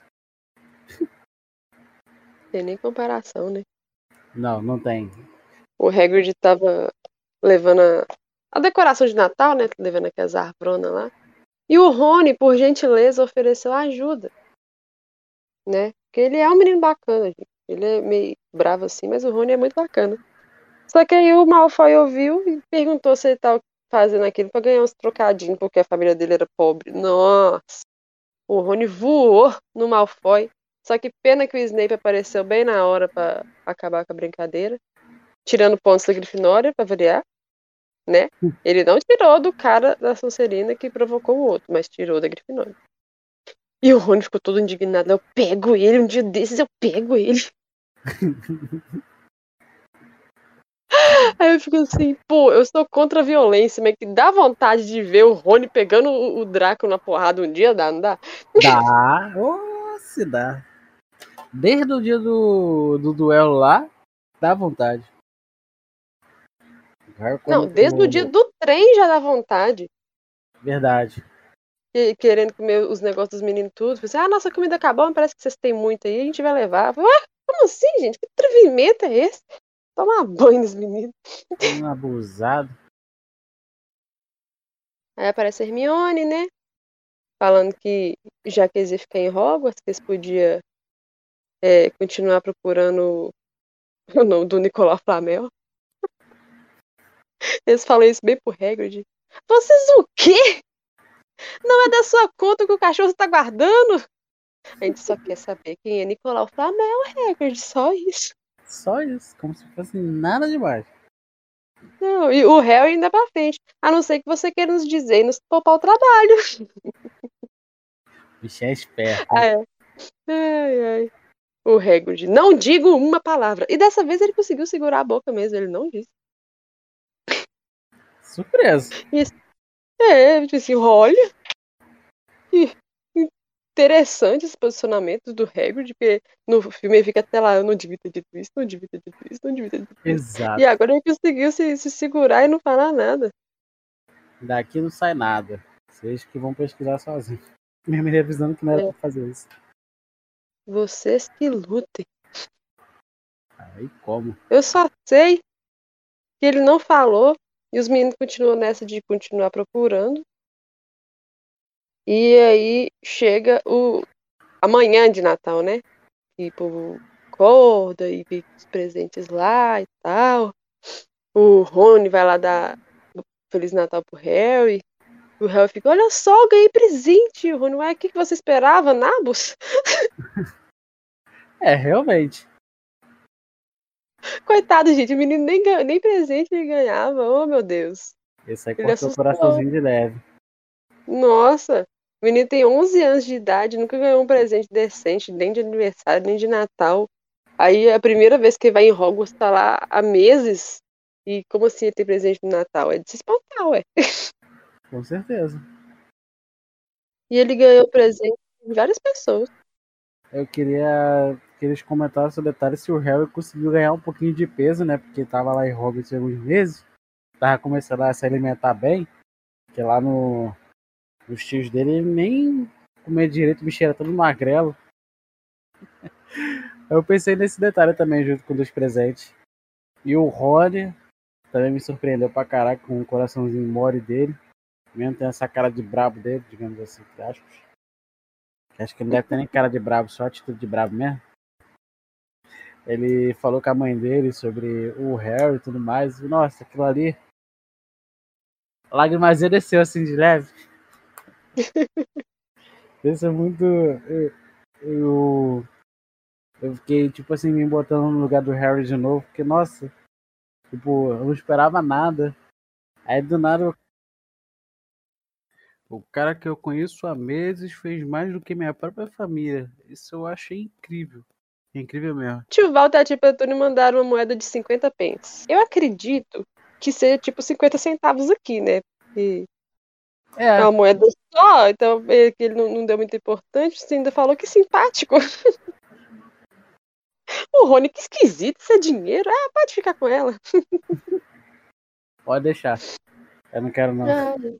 Tem nem comparação, né? Não, não tem. O Hagrid tava levando a decoração de Natal, né? Levando aquelas arvronas lá. E o Rony, por gentileza, ofereceu ajuda, né? Porque ele é um menino bacana, gente. Ele é meio bravo assim, mas o Rony é muito bacana. Só que aí o Malfoy ouviu e perguntou se ele tava fazendo aquilo pra ganhar uns trocadinhos, porque a família dele era pobre. Nossa! O Rony voou no Malfoy. Só que pena que o Snape apareceu bem na hora pra acabar com a brincadeira. Tirando pontos da Grifinória, pra variar, né? Ele não tirou do cara da Sonserina que provocou o outro, mas tirou da Grifinória. E o Rony ficou todo indignado. Eu pego ele, um dia desses eu pego ele. Aí eu fico assim, pô, eu sou contra a violência, mas que dá vontade de ver o Rony pegando o Draco na porrada um dia, dá, não dá? Dá. Ô, se dá. Desde o dia do duelo lá, dá vontade. Não, desde o dia do trem já dá vontade. Verdade. Querendo comer os negócios dos meninos tudo. Falei assim, nossa comida acabou, mas parece que vocês têm muito aí, a gente vai levar. Eu falei, ué, como assim, gente? Que atrevimento é esse? Tomar banho nos meninos. Um abusado. Aí aparece a Hermione, né? Falando que já que eles iam ficar em Hogwarts, que eles podiam continuar procurando o nome do Nicolau Flamel. Eles falam isso bem pro Hagrid. Vocês o quê? Não é da sua conta que o cachorro está guardando? A gente só quer saber quem é Nicolau Flamel, Hagrid, só isso. Só isso, como se fosse nada demais. Não, e o Harry ainda pra frente. A não ser que você queira nos dizer e nos poupar o trabalho. O bicho é esperto. É. Ai, ai. O Hagrid. Não digo uma palavra. E dessa vez ele conseguiu segurar a boca mesmo, ele não disse. Surpresa. Isso. Tipo assim, olha. Que interessante esse posicionamento do Hagrid, porque no filme ele fica até lá, eu não devia ter dito isso, não devia ter dito isso, não devia ter dito isso. Exato. E agora ele conseguiu se segurar e não falar nada. Daqui não sai nada. Vocês que vão pesquisar sozinhos. Mesmo ele avisando que não era pra fazer isso. Vocês que lutem. Aí como? Eu só sei que ele não falou e os meninos continuam nessa de continuar procurando. E aí chega amanhã de Natal, né? E o povo acorda e vê os presentes lá e tal. O Rony vai lá dar Feliz Natal pro Harry. O Harry fica, olha só, eu ganhei presente. O Rony, ué, o que você esperava, Nabos? Realmente. Coitado, gente, o menino nem presente ele ganhava. Oh, meu Deus. Esse aí Ele cortou o assustou. coraçãozinho de leve. Nossa, o menino tem 11 anos de idade, nunca ganhou um presente decente, nem de aniversário, nem de Natal. Aí a primeira vez que ele vai em Hogwarts tá lá há meses. E como assim ele tem presente de Natal? É de se espantar, ué. Com certeza. E ele ganhou presente de várias pessoas. Eu queria que eles comentassem o detalhe se o Harry conseguiu ganhar um pouquinho de peso, né? Porque tava lá em Hogwarts há alguns meses. Tava começando a se alimentar bem. Porque lá nos tios dele ele nem comia direito, o bicho era todo magrelo. Eu pensei nesse detalhe também, junto com os presentes. E o Rony também me surpreendeu pra caraca com o coraçãozinho mole dele. Mesmo tem essa cara de brabo dele, digamos assim, que acho que não deve ter nem cara de brabo, só atitude de brabo mesmo. Ele falou com a mãe dele sobre o Harry e tudo mais. E, nossa, aquilo ali. A lágrimazinha desceu assim de leve. Isso é muito. Eu, eu fiquei, tipo assim, me botando no lugar do Harry de novo, porque, nossa, tipo, eu não esperava nada. Aí do nada, o cara que eu conheço há meses fez mais do que minha própria família. Isso eu achei incrível. Incrível mesmo. Tio Walter e a tia Petúnia mandaram uma moeda de 50 pence. Eu acredito que seja tipo 50 centavos aqui, né? E é É, uma moeda só, então que ele não deu muita importância. Você ainda falou que simpático. O Rony, que esquisito, isso é dinheiro. Ah, pode ficar com ela. pode deixar. Eu não quero não. Ah,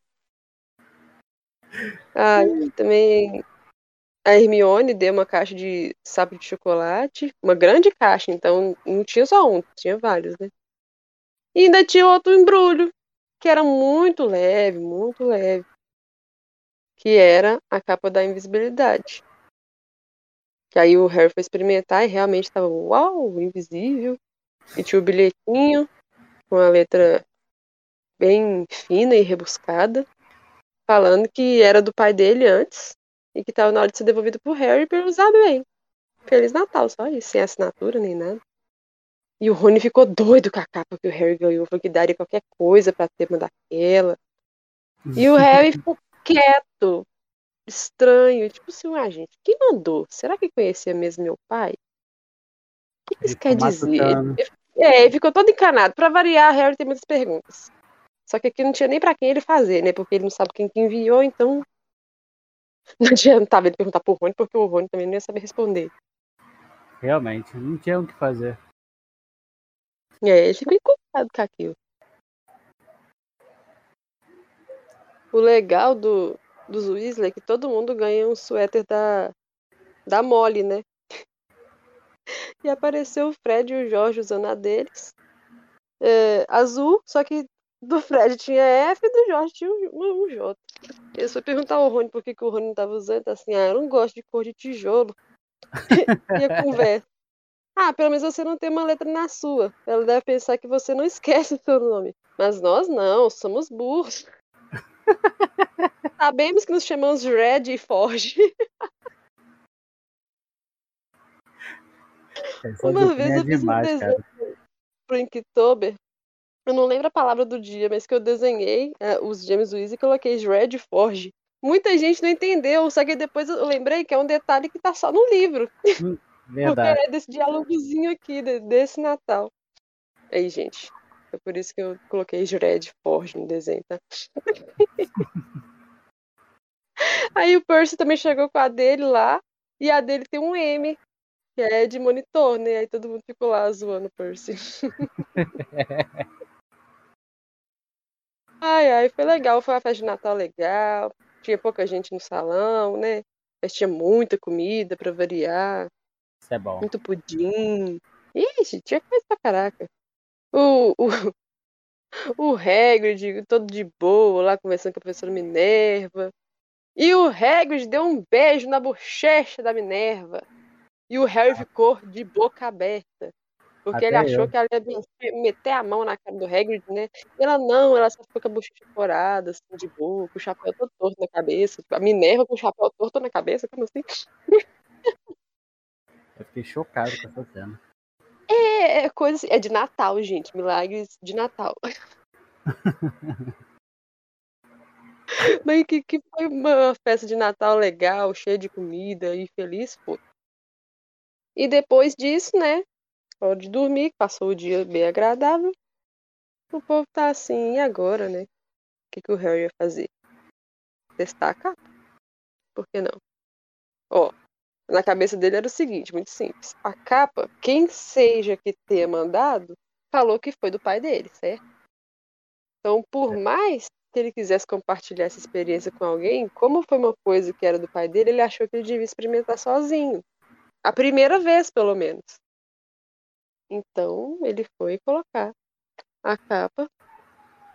também a Hermione deu uma caixa de sapo de chocolate, uma grande caixa, então não tinha só um, tinha vários, né? E ainda tinha outro embrulho, que era muito leve, que era a capa da invisibilidade. Que aí o Harry foi experimentar e realmente estava, uau, invisível. E tinha o bilhetinho com a letra bem fina e rebuscada, falando que era do pai dele antes e que estava na hora de ser devolvido pro Harry para ele usar bem. Feliz Natal, só isso, sem assinatura nem nada. E o Rony ficou doido com a capa que o Harry ganhou, falou que daria qualquer coisa pra ter uma daquela. E o Harry ficou quieto, estranho, tipo assim, gente, quem mandou? Será que conhecia mesmo meu pai? O que Ele isso ficou quer dizer? matutando. Ele ficou todo encanado. Pra variar, Harry tem muitas perguntas. Só que aqui não tinha nem pra quem ele fazer, né? Porque ele não sabe quem que enviou, então não adiantava ele perguntar pro Rony, porque o Rony também não ia saber responder. Realmente, não tinha o que fazer. Ele ficou encucado com aquilo. O legal dos Weasley é que todo mundo ganha um suéter da Molly, né? E apareceu o Fred e o Jorge usando a deles. Azul, só que do Fred tinha F e do Jorge tinha um J. Eu só perguntar ao Rony por que o Rony não tava usando, assim, eu não gosto de cor de tijolo. E a conversa. Pelo menos você não tem uma letra na sua. Ela deve pensar que você não esquece o seu nome. Mas nós não, somos burros. Sabemos que nos chamamos de Red e Forge. Essa Uma duplinha vez é eu fiz um demais, desenho cara. pro Inktober. Eu não lembro a palavra do dia, mas que eu desenhei os James Weasley e coloquei Red Forge. Muita gente não entendeu, só que depois eu lembrei que é um detalhe que tá só no livro. Porque Verdade. é desse diálogozinho aqui, desse Natal. Aí, gente. É por isso que eu coloquei Red Forge no desenho, tá? Aí o Percy também chegou com a dele lá. E a dele tem um M, que é de monitor, né? Aí todo mundo ficou lá zoando o Percy. Ai, foi legal. Foi uma festa de Natal legal. Tinha pouca gente no salão, né? Mas tinha muita comida pra variar. Isso é bom. Muito pudim. Ixi, tinha coisa pra caraca. O, o, o Hagrid todo de boa lá conversando com a professora Minerva. E o Hagrid deu um beijo na bochecha da Minerva. E o Harry ficou de boca aberta. Porque ele Até achou eu. que ela ia meter a mão na cara do Hagrid, né? E ela não, ela só ficou com a bochecha corada, assim, de boa, com o chapéu todo torto na cabeça. Tipo, a Minerva com o chapéu torto na cabeça, como assim? Eu fiquei chocado com essa cena. É coisa assim, é de Natal, gente. Milagres de Natal. Mas que foi uma festa de Natal legal, cheia de comida e feliz, foi. E depois disso, né? Hora de dormir, passou o dia bem agradável. O povo tá assim, e agora, né? O que o Harry ia fazer? Testar a capa? Por que não? Ó, na cabeça dele era o seguinte, muito simples. A capa, quem seja que tenha mandado, falou que foi do pai dele, certo? Então, por mais que ele quisesse compartilhar essa experiência com alguém, como foi uma coisa que era do pai dele, ele achou que ele devia experimentar sozinho. A primeira vez, pelo menos. Então, ele foi colocar a capa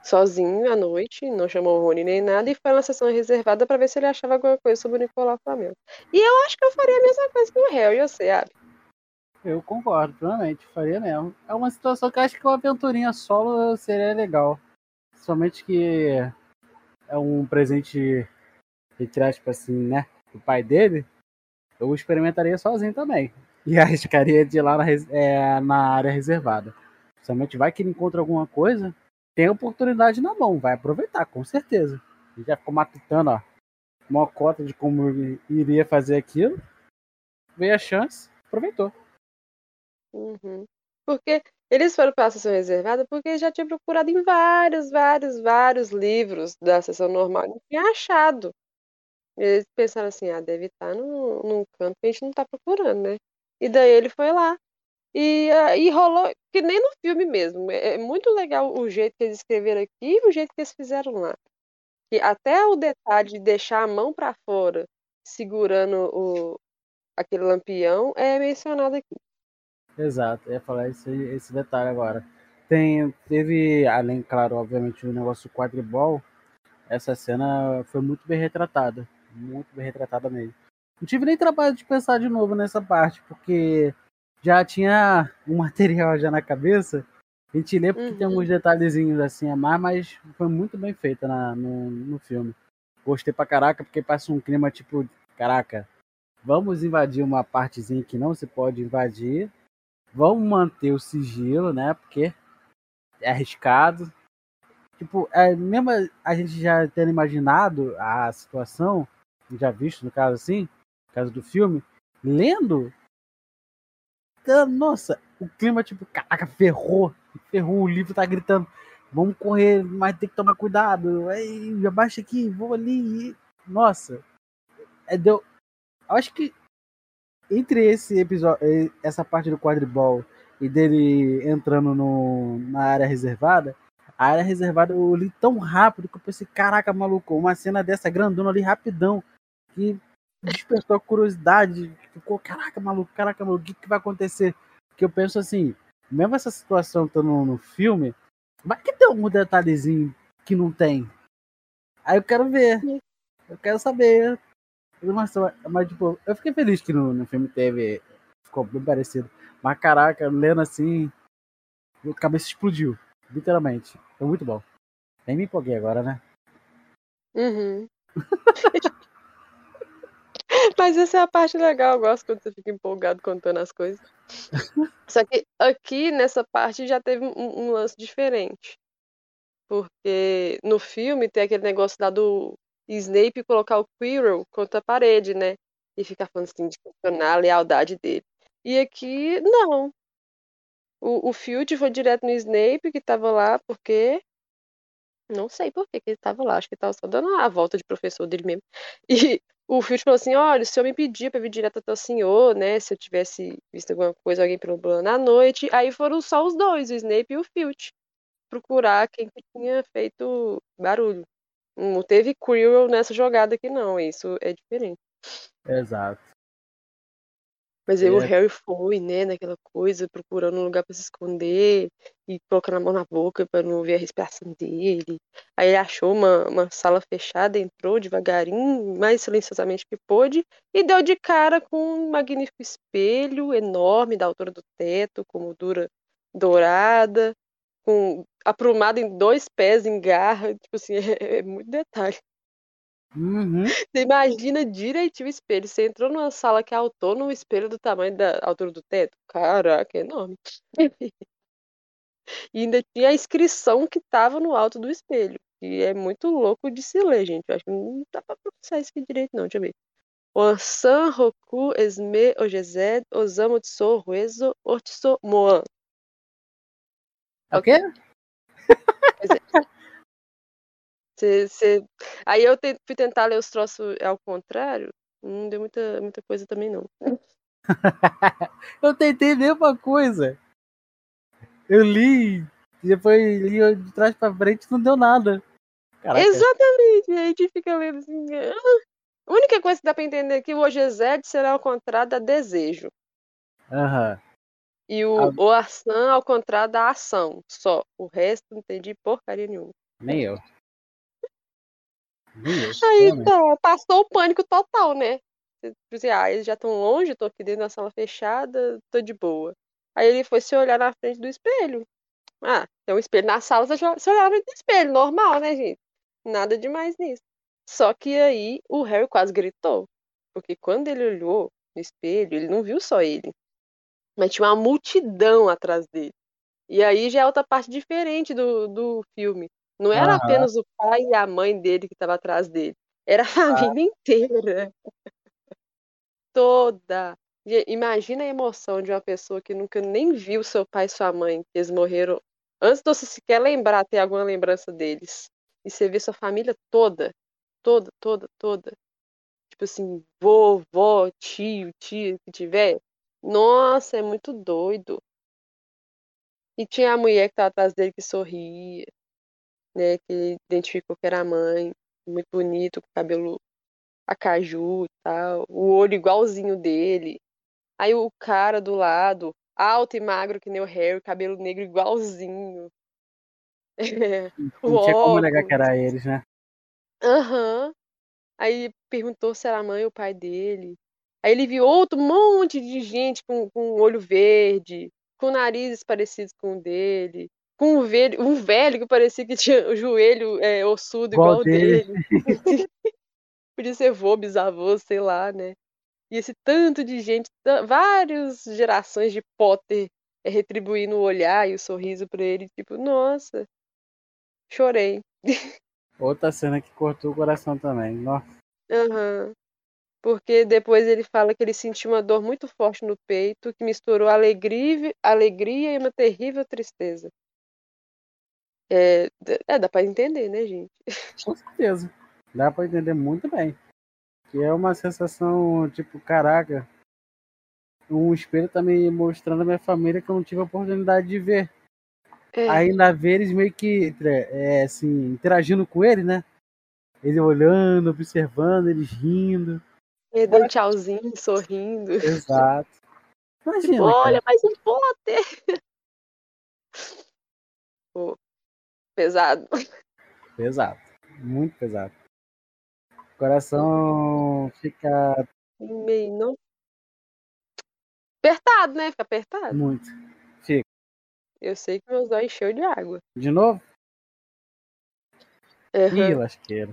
sozinho à noite, não chamou o Rony nem nada, e foi na sessão reservada pra ver se ele achava alguma coisa sobre o Nicolau Flamel. E eu acho que eu faria a mesma coisa que o Harry, você, Abby. Eu concordo, plenamente, faria mesmo. É uma situação que eu acho que uma aventurinha solo seria legal. Somente que é um presente, entre aspas, assim, né? Do pai dele, eu experimentaria sozinho também. E arriscaria de ir lá na área reservada. Somente vai que ele encontra alguma coisa, tem a oportunidade na mão, vai aproveitar, com certeza. Ele já ficou matutando, ó, uma cota de como ele iria fazer aquilo, veio a chance, aproveitou. Uhum. Porque eles foram para a sessão reservada porque já tinha procurado em vários livros da sessão normal e não tinha achado. Eles pensaram assim, deve estar num canto que a gente não tá procurando, né? E daí ele foi lá. E rolou, que nem no filme mesmo. É muito legal o jeito que eles escreveram aqui e o jeito que eles fizeram lá. Que até o detalhe de deixar a mão para fora, segurando aquele lampião, é mencionado aqui. Exato, eu ia falar esse detalhe agora. Teve, além, claro, obviamente, o negócio do quadribol, essa cena foi muito bem retratada. Muito bem retratada mesmo. Não tive nem trabalho de pensar de novo nessa parte, porque já tinha um material já na cabeça. A gente lê porque tem Uhum. alguns detalhezinhos assim a mais, mas foi muito bem feita no filme. Gostei pra caraca, porque passa um clima tipo, caraca, vamos invadir uma partezinha que não se pode invadir. Vamos manter o sigilo, né? Porque é arriscado. Tipo, mesmo a gente já tendo imaginado a situação, já visto no caso assim, no caso do filme, lendo, nossa, o clima, tipo, caraca, ferrou, o livro tá gritando, vamos correr, mas tem que tomar cuidado, aí, abaixa aqui, vou ali, nossa, deu, acho que entre esse episódio, essa parte do quadribol e dele entrando na área reservada, a área reservada eu li tão rápido que eu pensei, caraca, maluco, uma cena dessa grandona ali rapidão, que despertou a curiosidade, ficou, caraca, maluco, o que vai acontecer? Que eu penso assim, mesmo essa situação estando no filme, vai que tem algum detalhezinho que não tem. Aí eu quero ver, eu quero saber. Mas tipo, eu fiquei feliz que no filme teve. Ficou bem parecido. Mas caraca, lendo assim, a cabeça explodiu. Literalmente. Foi muito bom. Nem me empolguei agora, né? Uhum. Mas essa é a parte legal, eu gosto quando você fica empolgado contando as coisas. Só que aqui nessa parte já teve um lance diferente. Porque no filme tem aquele negócio lá do Snape colocar o Quirrell contra a parede, né? E ficar falando assim de questionar a lealdade dele. E aqui, não. O Filch foi direto no Snape, que tava lá, porque. Não sei por que ele tava lá. Acho que ele tava só dando a volta de professor dele mesmo. E o Filch falou assim: olha, o senhor me pediu pra vir direto até o senhor, né? Se eu tivesse visto alguma coisa, alguém perambulando à noite. Aí foram só os dois, o Snape e o Filch, procurar quem que tinha feito barulho. Não teve Quirrell nessa jogada aqui, não. Isso é diferente. Exato. Mas aí o É, Harry foi, né, naquela coisa, procurando um lugar pra se esconder e colocando a mão na boca pra não ouvir a respiração dele. Aí ele achou uma sala fechada, entrou devagarinho, mais silenciosamente que pôde, e deu de cara com um magnífico espelho enorme da altura do teto, com moldura dourada, com aprumado em 2 pés em garra. Tipo assim, é muito detalhe. uhum, Você imagina direitinho o espelho. Você entrou numa sala que é autônoma, um espelho do tamanho da altura do teto. Caraca, é enorme. E ainda tinha a inscrição que tava no alto do espelho. E é muito louco de se ler, gente. Eu acho que não dá pra pronunciar isso aqui direito, não. Deixa eu ver. Wansan, Roku, Esme, Ogezed, Osamu Tso, Ruezo, Ortiso, Moan. é o Ok. quê? Pois é. Aí eu fui tentar ler os troços ao contrário. Não deu muita coisa também, não. Eu tentei a mesma coisa. Eu li, depois li de trás pra frente, não deu nada. Caraca. Exatamente. E aí a gente fica lendo assim. A única coisa que dá pra entender é que o Ogezed será ao contrário da desejo. Aham. E o Arsan ao contrário da ação. Só. O resto não entendi porcaria nenhuma. Nem eu. Nem eu, Aí realmente. tá, passou o pânico total, né? Tipo assim, eles já estão longe, tô aqui dentro da sala fechada, tô de boa. Aí ele foi se olhar na frente do espelho. Ah, tem um espelho na sala, você olhava no espelho, normal, né, gente? Nada demais nisso. Só que aí o Harry quase gritou. Porque quando ele olhou no espelho, ele não viu só ele, mas tinha uma multidão atrás dele. E aí já é outra parte diferente do filme. Não era Aham. apenas o pai e a mãe dele que estavam atrás dele. Era a família inteira, toda. Imagina a emoção de uma pessoa que nunca nem viu seu pai e sua mãe, que eles morreram antes de você sequer lembrar, ter alguma lembrança deles. E você vê sua família toda, toda, toda, toda. Tipo assim, vovó, tio, tia, que tiver. Nossa, é muito doido. E tinha a mulher que estava atrás dele que sorria, né? Que ele identificou que era a mãe. Muito bonito, com o cabelo acaju e tal. O olho igualzinho dele. Aí o cara do lado, alto e magro que nem o Harry, cabelo negro igualzinho. O Não tinha como negar que óculos. era eles, né? Aham. Aí perguntou se era a mãe ou o pai dele. Aí ele viu outro monte de gente com olho verde, com narizes parecidos com o dele, com um velho que parecia que tinha o joelho ossudo Igual igual o deles. dele. Podia ser vô, bisavô, sei lá, né? E esse tanto de gente, várias gerações de Potter retribuindo o olhar e o sorriso pra ele, tipo, nossa, chorei. Outra cena que cortou o coração também. Nossa, Aham. Porque depois ele fala que ele sentiu uma dor muito forte no peito, que misturou alegria e uma terrível tristeza. Dá pra entender, né, gente? com certeza. Dá pra entender muito bem. Que é uma sensação, tipo, caraca, um espelho tá me mostrando a minha família que eu não tive a oportunidade de ver. É, Ainda ver eles meio que assim, interagindo com ele, né? Ele olhando, observando, eles rindo. dando tchauzinho, sorrindo. Exato. Tipo, Imagina, cara. olha, mais um Potter! Pô, pesado. Pesado. Muito pesado. O coração fica Meio não. Apertado, né? Fica apertado. muito. Fica. Eu sei que meus olhos encheu de água. De novo? Ih, Aham. lasqueira.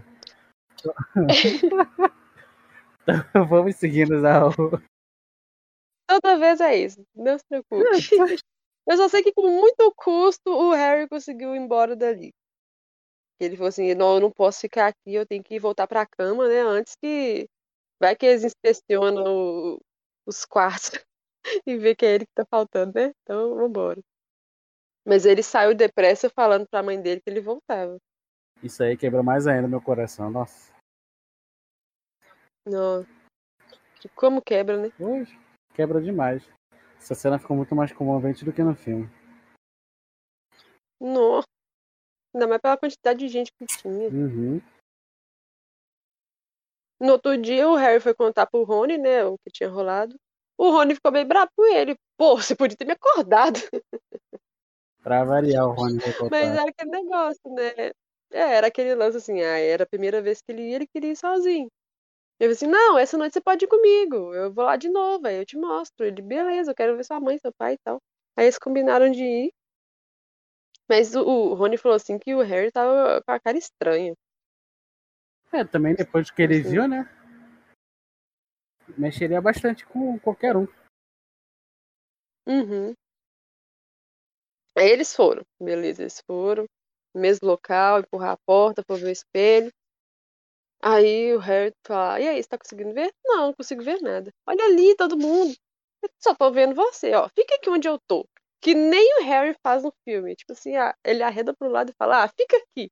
Vamos seguindo já o. Toda vez é isso, não se preocupe. Eu só sei que com muito custo o Harry conseguiu ir embora dali. Ele falou assim: não, eu não posso ficar aqui, eu tenho que voltar pra cama, né? Antes que. Vai que eles inspecionam os quartos e vê que é ele que tá faltando, né? Então, vambora. Mas ele saiu depressa falando pra mãe dele que ele voltava. Isso aí quebra mais ainda meu coração. Nossa. Nossa, como quebra, né? Hoje quebra demais. Essa cena ficou muito mais comovente do que no filme. Nossa, ainda mais pela quantidade de gente que tinha. Uhum. No outro dia, o Harry foi contar pro Rony, né, o que tinha rolado. O Rony ficou bem bravo com ele. Pô, você podia ter me acordado. Pra variar o Rony Mas revoltado. era aquele negócio, né? Era aquele lance assim, era a primeira vez que ele queria ir sozinho. Eu falei assim, não, essa noite você pode ir comigo. Eu vou lá de novo, aí eu te mostro. Ele, beleza, eu quero ver sua mãe, seu pai e tal. Aí eles combinaram de ir. Mas o Rony falou assim que o Harry tava com a cara estranha. Também depois que Tipo ele assim, viu, né? Mexeria bastante com qualquer um. uhum. Aí eles foram, beleza, eles foram. No mesmo local, empurrar a porta, for ver o espelho. Aí o Harry fala, e aí, você tá conseguindo ver? Não, não consigo ver nada. Olha ali, todo mundo. Eu só tô vendo você, ó. Fica aqui onde eu tô. Que nem o Harry faz no filme. Tipo assim, ele arreda pro lado e fala, fica aqui.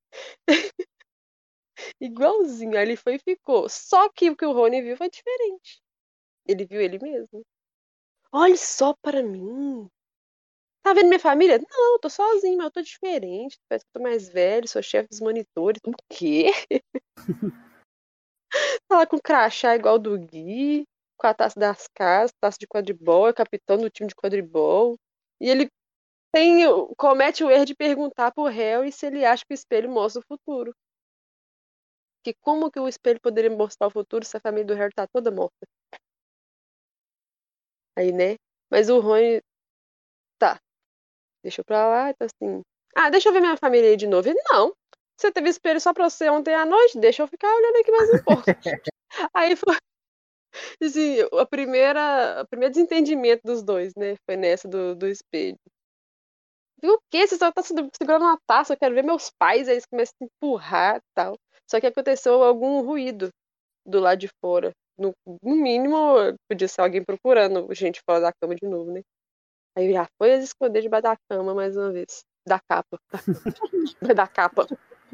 Igualzinho. Aí ele foi e ficou. Só que o que o Rony viu foi diferente. Ele viu ele mesmo. Olhe só para mim. Tá vendo minha família? Não, eu tô sozinho, mas eu tô diferente. Parece que eu tô mais velho, sou chefe dos monitores. O quê? Tá lá com crachá igual do Gui, com a taça das casas, taça de quadribol, é capitão do time de quadribol. E ele comete o erro de perguntar pro Harry se ele acha que o espelho mostra o futuro. Que como que o espelho poderia mostrar o futuro se a família do Harry tá toda morta? Aí, né? Mas o Rony, tá, deixa eu pra lá, tá assim. Ah, deixa eu ver minha família aí de novo. Ele, não. Você teve espelho só pra você ontem à noite? Deixa eu ficar olhando aqui mais um pouco. Aí foi assim, o primeiro desentendimento dos dois, né? Foi nessa do espelho. Digo, o quê? Você só tá segurando uma taça, eu quero ver meus pais. Aí eles começam a empurrar e tal. Só que aconteceu algum ruído do lado de fora. No mínimo, podia ser alguém procurando gente fora da cama de novo, né? Aí já foi eles esconder debaixo da cama mais uma vez. Da capa. Da capa.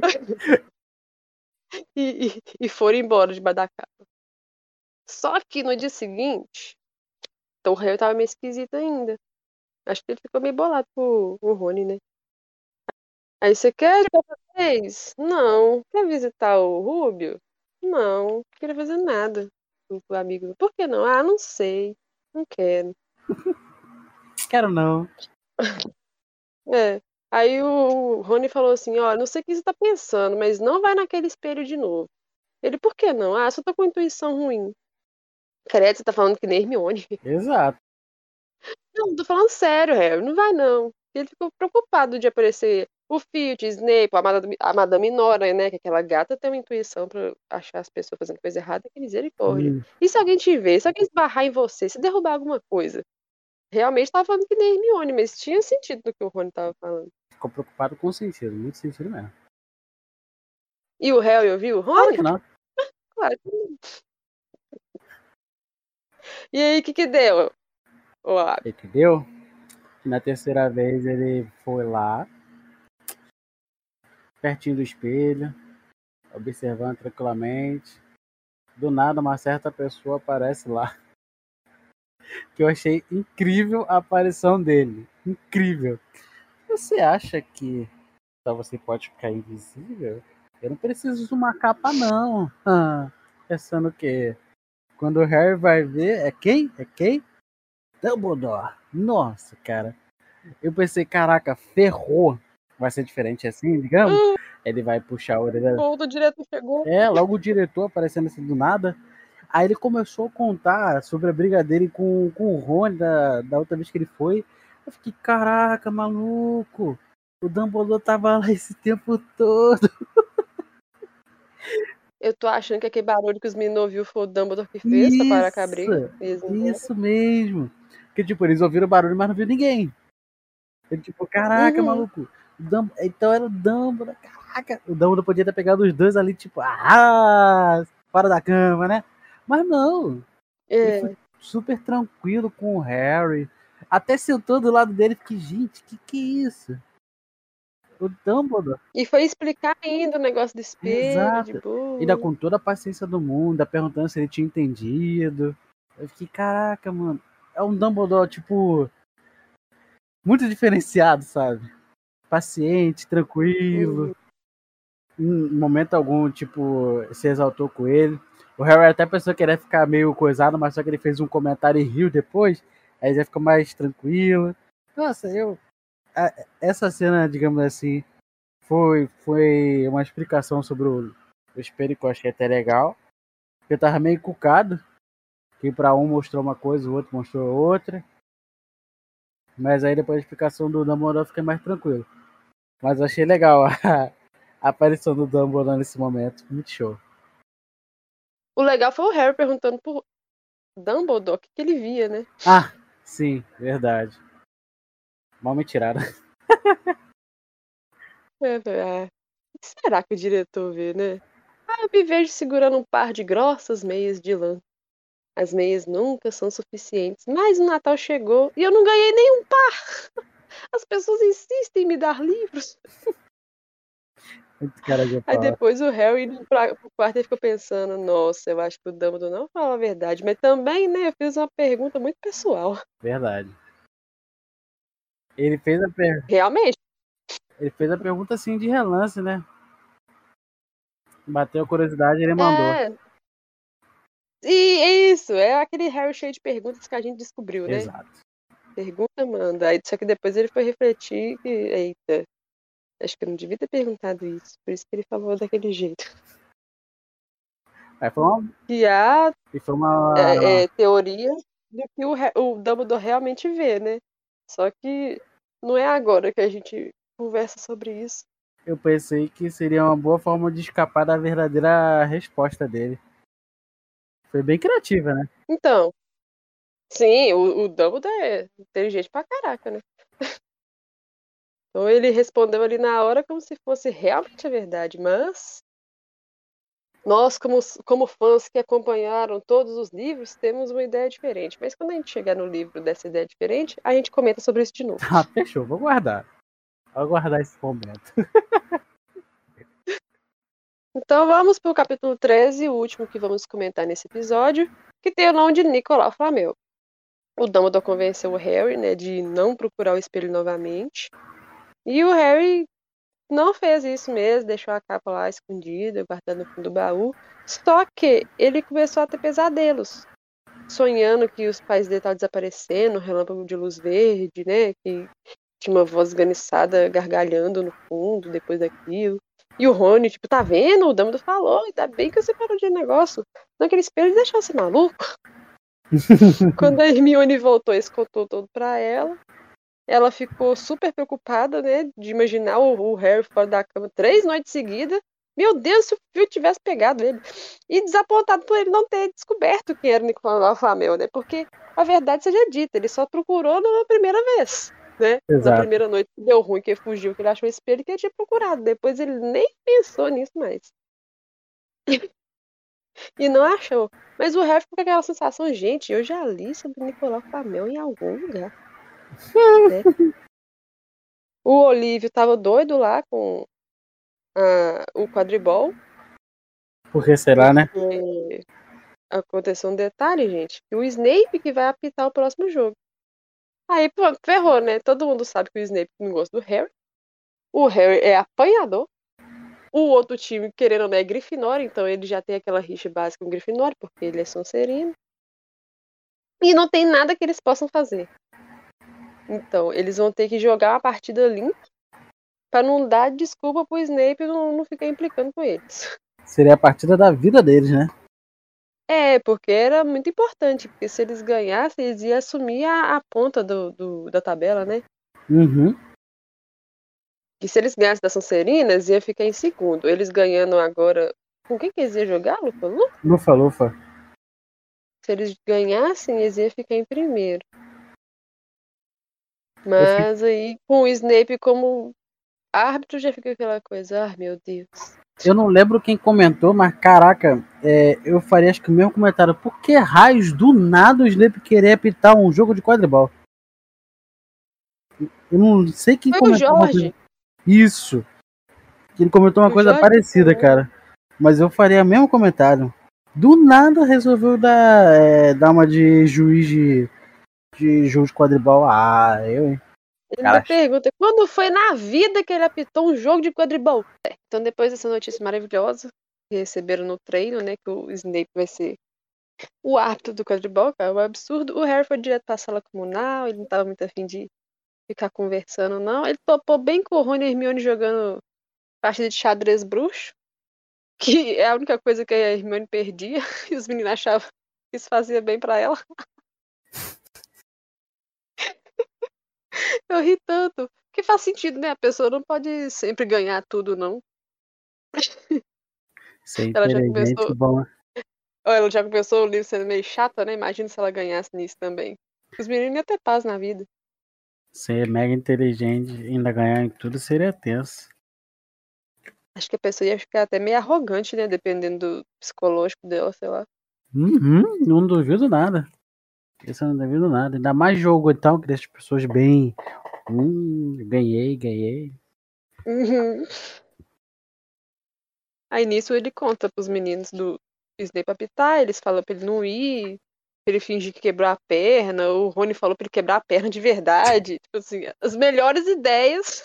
E foram embora debaixo da capa. Só que no dia seguinte, então o Harry tava meio esquisito ainda. Acho que ele ficou meio bolado com o Rony, né? Aí você quer jogar outra vez? Não. Quer visitar o Rubio? Não. Não queria fazer nada. O amigo. Por que não? Ah, não sei. Não quero. Quero não. É. Aí o Rony falou assim: ó, não sei o que você tá pensando, mas não vai naquele espelho de novo. Ele, por que não? Ah, só tô com intuição ruim. Credo, você tá falando que nem Hermione. Exato. Não, tô falando sério, Harry, não vai não. Ele ficou preocupado de aparecer o Filch, Snape, a Madame Nora, né? Que aquela gata tem uma intuição pra achar as pessoas fazendo coisa errada, que misericórdia. Sim. E se alguém te ver, se alguém esbarrar em você, se derrubar alguma coisa? Realmente tava falando que nem Hermione, mas tinha sentido no que o Rony tava falando. Ficou preocupado com sentido, muito sentido mesmo. E o Harry ouviu o Claro Rony? que não. Claro que não. E aí, o que que deu? Ó, Entendeu? Na terceira vez ele foi lá, pertinho do espelho, observando tranquilamente. Do nada, uma certa pessoa aparece lá. Que eu achei incrível a aparição dele. Incrível. Você acha que só você pode ficar invisível? Eu não preciso de uma capa, não. Pensando que quando o Harry vai ver, é quem? É quem? Dumbledore. Nossa, cara. Eu pensei, caraca, ferrou. Vai ser diferente assim, digamos? Ele vai puxar a orelha. o diretor chegou. É, logo o diretor aparecendo assim do nada. Aí ele começou a contar sobre a briga dele com o Rony da outra vez que ele foi. Eu fiquei, caraca, maluco. O Dumbledore tava lá esse tempo todo. Eu tô achando que aquele barulho que os meninos ouviu foi o Dumbledore que fez pra parar com a Isso! briga. E eles vão embora. Isso mesmo. Porque, tipo, eles ouviram o barulho, mas não viu ninguém. Ele, tipo, caraca, Uhum. maluco. Então era o Dumbledore, caraca. O Dumbledore podia ter pegado os dois ali, tipo, fora da cama, né? Mas não. Ele foi É. super tranquilo com o Harry. Até sentou do lado dele e fiquei, gente, que é isso? O Dumbledore. E foi explicar ainda o negócio do espelho, de Exato. Ainda boa. com toda a paciência do mundo, ainda perguntando se ele tinha entendido. Eu fiquei, caraca, mano. É um Dumbledore, tipo, muito diferenciado, sabe? Paciente, tranquilo. Uhum. Em momento algum, tipo, se exaltou com ele. O Harry até pensou que ele ia ficar meio coisado, mas só que ele fez um comentário e riu depois. Aí já ficou mais tranquilo. Nossa, essa cena, digamos assim, foi uma explicação sobre o espelho que eu achei até legal. Eu tava meio cucado, que para um mostrou uma coisa, o outro mostrou outra. Mas aí depois da explicação do Dumbledore eu fiquei mais tranquilo. Mas eu achei legal a aparição do Dumbledore nesse momento. Muito show. O legal foi o Harry perguntando pro Dumbledore o que que ele via, né? Ah, sim, verdade. Mal me tiraram. O que será que o diretor vê, né? Ah, eu me vejo segurando um par de grossas meias de lã. As meias nunca são suficientes, mas o Natal chegou e eu não ganhei nenhum par. As pessoas insistem em me dar livros. Muito cara de Aí pau. depois o Harry indo pro quarto e ficou pensando, nossa, eu acho que o Dumbledore não fala a verdade. Mas também, né, eu fiz uma pergunta muito pessoal. Verdade. Ele fez a, per... Realmente, ele fez a pergunta assim de relance, né? Bateu a curiosidade e ele mandou. é. E é isso, é aquele Harry cheio de perguntas que a gente descobriu, né? Exato. Pergunta, manda. Aí, só que depois ele foi refletir que, eita, acho que eu não devia ter perguntado isso. Por isso que ele falou daquele jeito. Aí foi uma, Que há e foi uma. teoria do que o Dumbledore realmente vê, né? Só que não é agora que a gente conversa sobre isso. Eu pensei que seria uma boa forma de escapar da verdadeira resposta dele. Foi bem criativa, né? Então, sim, o Dumbledore é inteligente pra caraca, né? Então ele respondeu ali na hora como se fosse realmente a verdade, mas nós, como fãs que acompanharam todos os livros, temos uma ideia diferente. Mas quando a gente chegar no livro dessa ideia diferente, a gente comenta sobre isso de novo. Ah, fechou, vou guardar. Vou guardar esse momento. Então vamos para o capítulo 13, o último que vamos comentar nesse episódio, que tem o nome de Nicolau Flamel. O Dumbledore convenceu o Harry, né, de não procurar o espelho novamente. E o Harry não fez isso mesmo, deixou a capa lá escondida, guardada no fundo do baú. Só que ele começou a ter pesadelos, sonhando que os pais dele estavam desaparecendo, um relâmpago de luz verde, né, que tinha uma voz esganiçada gargalhando no fundo depois daquilo. E o Rony, tipo, tá vendo? O Dumbledore falou, ainda bem que você parou de negócio. Naquele espelho deixou você maluco. Quando a Hermione voltou e contou tudo pra ela ficou super preocupada, né, de imaginar o Harry fora da cama 3 noites seguidas. Meu Deus, se o Phil tivesse pegado ele. E desapontado por ele não ter descoberto quem era o Nicolau Flamel, né? Porque a verdade seja dita, ele só procurou na primeira vez, né? Na Exato. primeira noite que deu ruim, que ele fugiu, que ele achou o espelho que ele tinha procurado. Depois ele nem pensou nisso mais. E não achou. Mas o Harry ficou com aquela sensação, gente, eu já li sobre o Nicolau Flamel em algum lugar, né? O Olívio tava doido lá com o quadribol, Porque será, né? porque aconteceu um detalhe, gente, que o Snape que vai apitar o próximo jogo. Aí, pronto, ferrou, né? Todo mundo sabe que o Snape não gosta do Harry. O Harry é apanhador. O outro time, querendo ou não, é Grifinória, então ele já tem aquela rixa básica com Grifinória, porque ele é Sonserino. E não tem nada que eles possam fazer. Então, eles vão ter que jogar uma partida limpa pra não dar desculpa pro Snape não ficar implicando com eles. Seria a partida da vida deles, né? É, porque era muito importante, porque se eles ganhassem, eles iam assumir a ponta da tabela, né? Uhum. E se eles ganhassem da Sonserina, eles iam ficar em segundo. Eles ganhando agora. Com quem que eles iam jogar, Lufa? Lufa, lufa. Se eles ganhassem, eles iam ficar em primeiro. Eu, fi- Mas aí, com o Snape como árbitro, já fica aquela coisa. Ah, meu Deus. eu não lembro quem comentou, mas caraca, eu faria acho que o mesmo comentário. Por que raios do nada o Snape querer apitar um jogo de quadribol? Eu não sei quem Foi o comentou uma coisa. Jorge. Isso. Que ele comentou uma O coisa Jorge parecida, falou. cara. Mas eu faria o mesmo comentário. Do nada resolveu dar uma de juiz de jogo de quadribol. Ah, hein? Ele ainda Cara, pergunta quando foi na vida que ele apitou um jogo de quadribol? Então, depois dessa notícia maravilhosa que receberam no treino, né, que o Snape vai ser o árbitro do quadribol, que é um absurdo, o Harry foi direto pra sala comunal, ele não tava muito afim de ficar conversando, não. Ele topou bem com o Rony e Hermione jogando partida de xadrez bruxo, que é a única coisa que a Hermione perdia, e os meninos achavam que isso fazia bem pra ela. Eu ri tanto, que faz sentido, né? A pessoa não pode sempre ganhar tudo, não. isso é Ela já inteligente, começou, bom. ou ela já começou o livro sendo meio chata, né? Imagina se ela ganhasse nisso também. Os meninos iam ter paz na vida. Ser mega inteligente e ainda ganhar em tudo seria tenso. Acho que a pessoa ia ficar até meio arrogante, né? Dependendo do psicológico dela, sei lá. Uhum, não duvido nada. Isso eu não duvido nada. Ainda mais jogo então, que deixa as pessoas bem. Ganhei. Uhum. Aí nisso ele conta pros meninos do Snape apitar, eles falam pra ele não ir, pra ele fingir que quebrou a perna, o Rony falou pra ele quebrar a perna de verdade. Tipo assim, as melhores ideias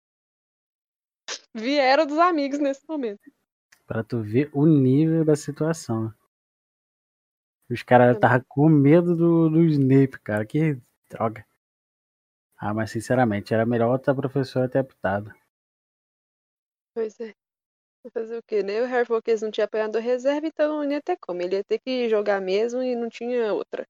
vieram dos amigos nesse momento. Pra tu ver o nível da situação. Os caras estavam com medo do Snape, cara. Que droga. Ah, mas sinceramente, era melhor outra professora ter apitado. Pois é. Vou fazer o quê, né? O Harry falou que eles não tinham apoiador reserva, então não ia ter como. Ele ia ter que jogar mesmo e não tinha outra.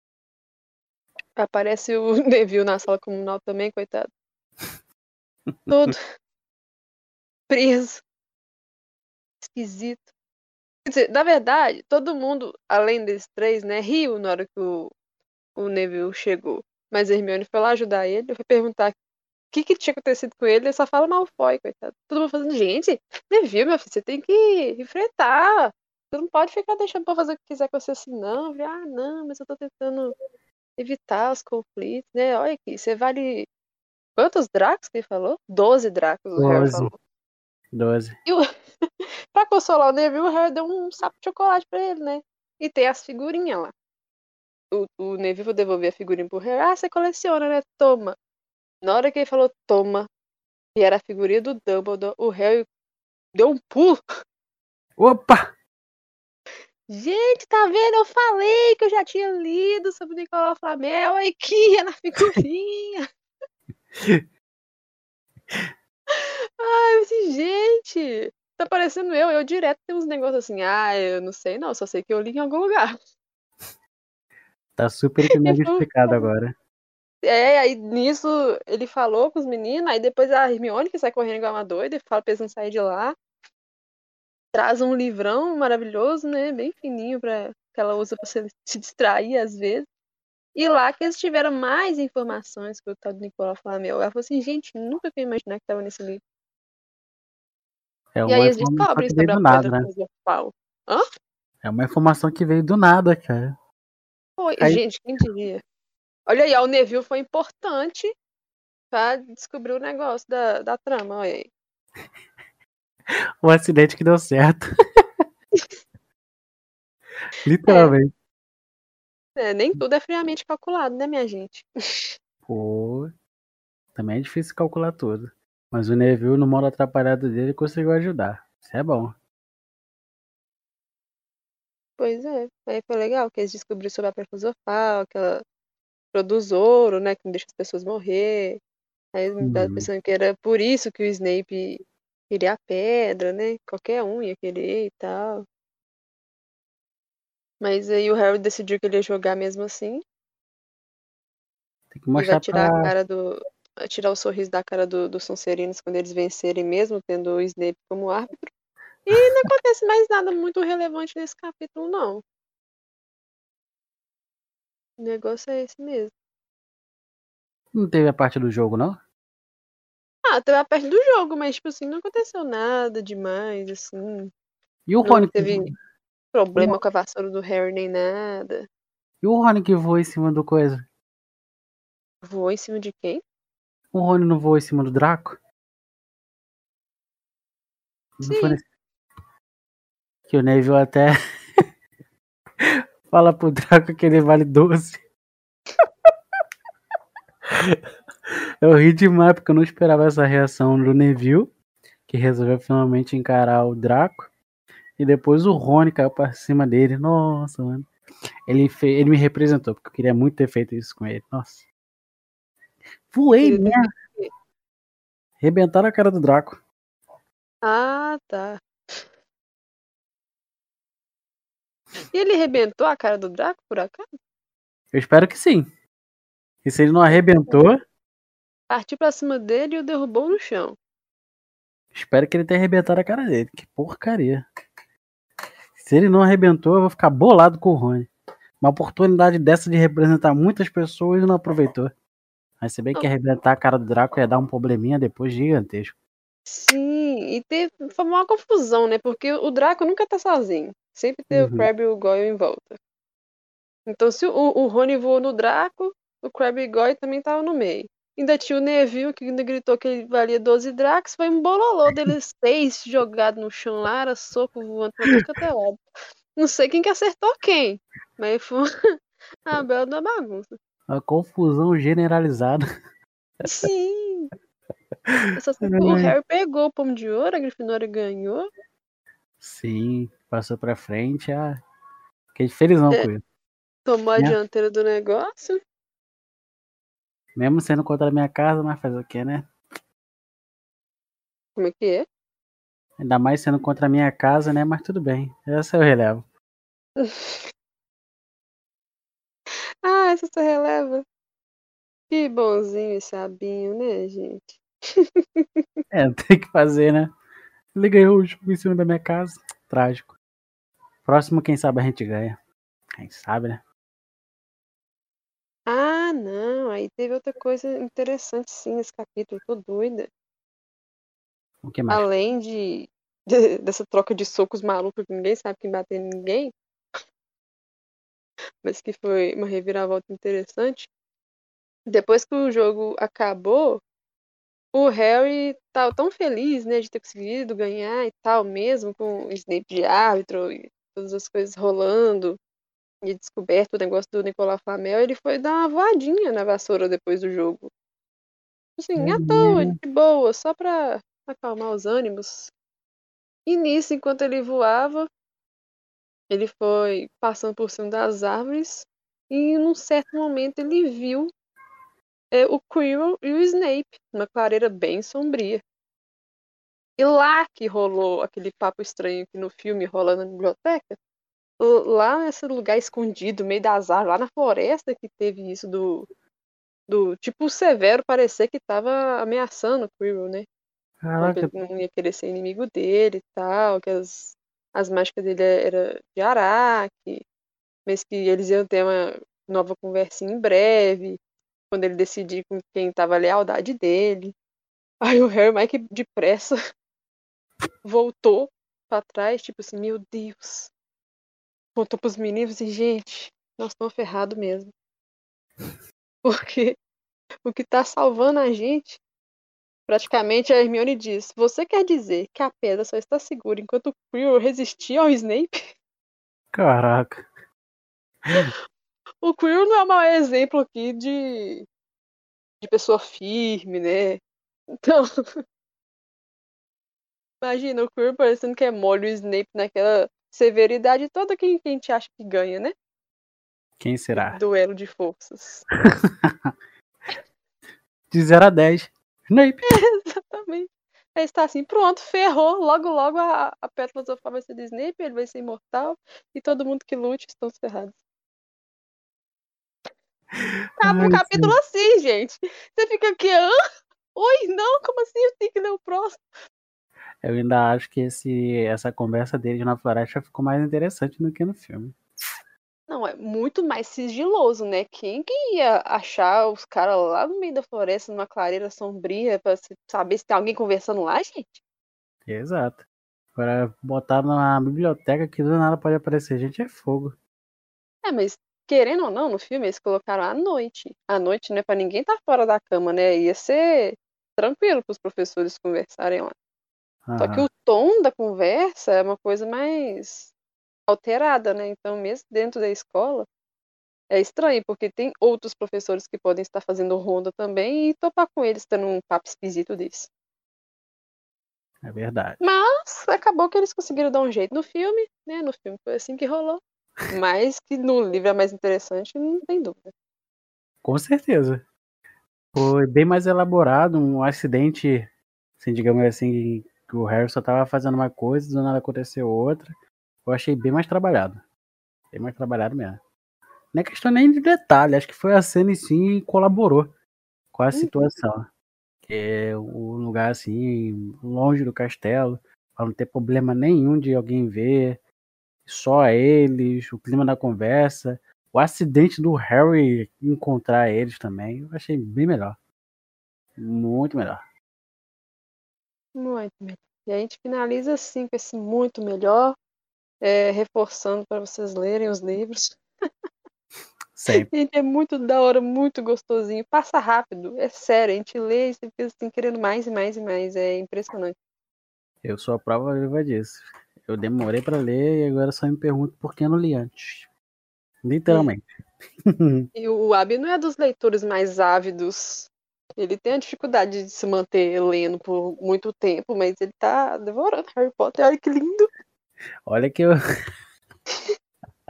Aparece o Neville na sala comunal também, coitado. Todo preso, esquisito. Quer dizer, na verdade, todo mundo, além desses três, né, riu na hora que o Neville chegou. Mas a Hermione foi lá ajudar ele, foi perguntar o que tinha acontecido com ele, ele só fala Malfoy, coitado. Todo mundo fazendo, gente, Neville, meu filho, você tem que enfrentar. Você não pode ficar deixando pra fazer o que quiser com você assim, não. Ah, não, mas eu tô tentando evitar os conflitos, né? Olha aqui, você vale. Quantos Dracos que ele falou? 12 Dracos, o Harry 12. falou. 12. E o... pra consolar o Neville, o Harry deu um sapo de chocolate pra ele, né? E tem as figurinhas lá. O Neville vai devolver a figurinha pro Harry. Ah, você coleciona, né? Toma. Na hora que ele falou toma, e era a figurinha do Dumbledore, o Harry deu um pulo. Opa! Gente, tá vendo? Eu falei que eu já tinha lido sobre o Nicolau Flamel. Olha aqui, é na figurinha. Ai, eu disse, gente, tá parecendo eu. Eu direto tenho uns negócios assim. Ah, eu não sei não, só sei que eu li em algum lugar. Tá super E mega explicado agora. aí nisso ele falou pros meninos, aí depois a Hermione, que sai correndo igual uma doida, e fala pra eles não saírem de lá. Traz um livrão maravilhoso, né? Bem fininho que ela usa pra se distrair às vezes. E lá que eles tiveram mais informações que o tal do Nicolau Flamel. Ela falou assim, gente, nunca que eu ia imaginar que tava nesse livro. É E aí uma eles informação descobrem que veio sobre a do Pedra nada, né? Filosofal. Hã? É uma informação que veio do nada, cara. Foi, Aí, gente, quem diria? Olha aí, ó, o Neville foi importante pra descobrir o negócio da trama, olha aí. o acidente que deu certo. É, Literalmente. nem tudo é friamente calculado, né, minha gente? Pô, também é difícil calcular tudo. Mas o Neville, no modo atrapalhado dele, conseguiu ajudar. Isso é bom. Pois é, aí foi legal que eles descobriram sobre a Pedra Filosofal, que ela produz ouro, né, que não deixa as pessoas morrer. Aí me tava Uhum. pensando que era por isso que o Snape queria a pedra, né? Qualquer um ia querer e tal. Mas aí o Harry decidiu que ele ia jogar mesmo assim Tem que e vai mostrar tirar a pra. cara vai tirar o sorriso da cara dos Sonserinos quando eles vencerem mesmo, tendo o Snape como árbitro. E não acontece mais nada muito relevante nesse capítulo, não. O negócio é esse mesmo. Não teve a parte do jogo, não? Ah, teve a parte do jogo, mas tipo assim, não aconteceu nada demais, assim. E o Não Rony que, teve problema com a vassoura do Harry nem nada. e o Rony que voa em cima do coisa? Voou em cima de quem? O Rony não voa em cima do Draco? Não foi Sim. nesse que o Neville até fala pro Draco que ele vale 12. Eu ri demais porque eu não esperava essa reação do Neville, que resolveu finalmente encarar o Draco. E depois o Rony caiu pra cima dele. Nossa, mano. Ele me representou, porque eu queria muito ter feito isso com ele. Nossa. Voei Queria ter mesmo. feito o quê? Rebentaram a cara do Draco. Ah, tá. E ele arrebentou a cara do Draco, por acaso? Eu espero que sim. E se ele não arrebentou, Partiu pra cima dele e o derrubou no chão. espero que ele tenha arrebentado a cara dele. Que porcaria. Se ele não arrebentou, eu vou ficar bolado com o Rony. Uma oportunidade dessa de representar muitas pessoas e não aproveitou. Mas se bem que Não, arrebentar a cara do Draco ia dar um probleminha depois gigantesco. sim, e foi uma confusão, né? Porque o Draco nunca tá sozinho. Sempre tem o Uhum. Crabbe e o Goyle em volta. Então, se o Rony voou no Draco, o Crabbe e o Goyle também estavam no meio. Ainda tinha o Neville, que ainda gritou que ele valia 12 Dracos. Foi um bololô deles seis jogados no chão lá, era soco voando pra tudo quanto é lado. Não sei quem que acertou quem, mas foi a bela da bagunça. Uma confusão generalizada. Sim, eu só sei que o Harry pegou o pomo de ouro, a Grifinória ganhou. Sim, passou pra frente. Ah, fiquei felizão É, com isso. tomou a Minha, dianteira do negócio. Mesmo sendo contra a minha casa, mas fazer o quê, né? Como é que é? Ainda mais sendo contra a minha casa, né? Mas tudo bem. Essa eu relevo. Ah, essa você releva. Que bonzinho esse Abinho, né, gente? É, tem que fazer, né? Ele ganhou o jogo em cima da minha casa. Trágico. Próximo, quem sabe a gente ganha. Quem sabe, né? Ah, não. Aí teve outra coisa interessante, sim, nesse capítulo. Tô doida. O que mais? Além dessa troca de socos maluca que ninguém sabe quem bater em ninguém, mas que foi uma reviravolta interessante. Depois que o jogo acabou, o Harry tava tão feliz, né, de ter conseguido ganhar e tal, mesmo com o Snape de árbitro e todas as coisas rolando, e descoberto o negócio do Nicolau Flamel, ele foi dar uma voadinha na vassoura depois do jogo. Assim, É à toa, mesmo. de boa, só pra acalmar os ânimos. E nisso, enquanto ele voava, ele foi passando por cima das árvores e num certo momento ele viu o Quirrell e o Snape, numa clareira bem sombria. E lá que rolou aquele papo estranho que no filme rola na biblioteca, lá nesse lugar escondido, no meio das árvores, lá na floresta que teve isso do tipo o Severo parecer que tava ameaçando o Quirrell, né? Falando pra Caraca, ele que não ia querer ser inimigo dele e tal, que as mágicas dele era de Araque, mas que eles iam ter uma nova conversinha em breve, quando ele decidir com quem tava a lealdade dele. Aí o Harry, mais que depressa, voltou pra trás, tipo assim, meu Deus. Contou pros meninos e, gente, nós estamos ferrados mesmo. Porque o que tá salvando a gente, praticamente a Hermione diz: Você quer dizer que a pedra só está segura enquanto o Quirrell resistia ao Snape? caraca. O Quirrell não é o maior exemplo aqui de pessoa firme, né? Então, imagina o Quirrell parecendo que é mole, o Snape naquela severidade toda, quem te acha que ganha, né? Quem O será? duelo de forças. De 0 a 10. Snape. Exatamente. Aí está assim, pronto, ferrou. Logo, logo a Pétala Filosofal vai ser do Snape, ele vai ser imortal. E todo mundo que lute estão ferrados. Acaba um Ai, capítulo sim. assim, gente. Você fica aqui, hã? Oi, não, como assim? Eu tenho que ler o próximo. Eu ainda acho que essa conversa deles na floresta ficou mais interessante do que no filme. Não, é muito mais sigiloso, né? Quem que ia achar os caras lá no meio da floresta, numa clareira sombria, pra saber se tem alguém conversando lá, gente? Exato. Agora, botar na biblioteca que do nada pode aparecer gente é fogo. É, mas querendo ou não, no filme eles colocaram à noite. À noite não é pra ninguém estar fora da cama, né? Ia ser tranquilo para os professores conversarem lá. Só que Aham, o tom da conversa é uma coisa mais alterada, né? Então, mesmo dentro da escola, é estranho, porque tem outros professores que podem estar fazendo ronda também e topar com eles tendo um papo esquisito desse. é verdade. Mas acabou que eles conseguiram dar um jeito no filme, né? No filme foi assim que rolou. Mas que no livro é mais interessante, não tem dúvida. Com certeza. Foi bem mais elaborado, um acidente, assim, digamos assim, que o Harry só tava fazendo uma coisa, do nada aconteceu outra. Eu achei bem mais trabalhado. Bem mais trabalhado mesmo. Não é questão nem de detalhe, acho que foi a cena em si colaborou com a Hum, situação. Que é um lugar assim, longe do castelo, pra não ter problema nenhum de alguém ver, só eles, o clima da conversa, o acidente do Harry encontrar eles também, eu achei bem melhor. Muito melhor. Muito melhor. E a gente finaliza assim com esse muito melhor, reforçando para vocês lerem os livros. Sempre. Gente, é muito da hora, muito gostosinho. Passa rápido, é sério. A gente lê e você fica assim, querendo mais e mais e mais. É impressionante. Eu sou a prova viva disso. Eu demorei pra ler e agora só me pergunto por que eu não li antes. É. Literalmente. E o Abi não é dos leitores mais ávidos. Ele tem a dificuldade de se manter lendo por muito tempo, mas ele tá devorando Harry Potter. Olha que lindo! Olha que eu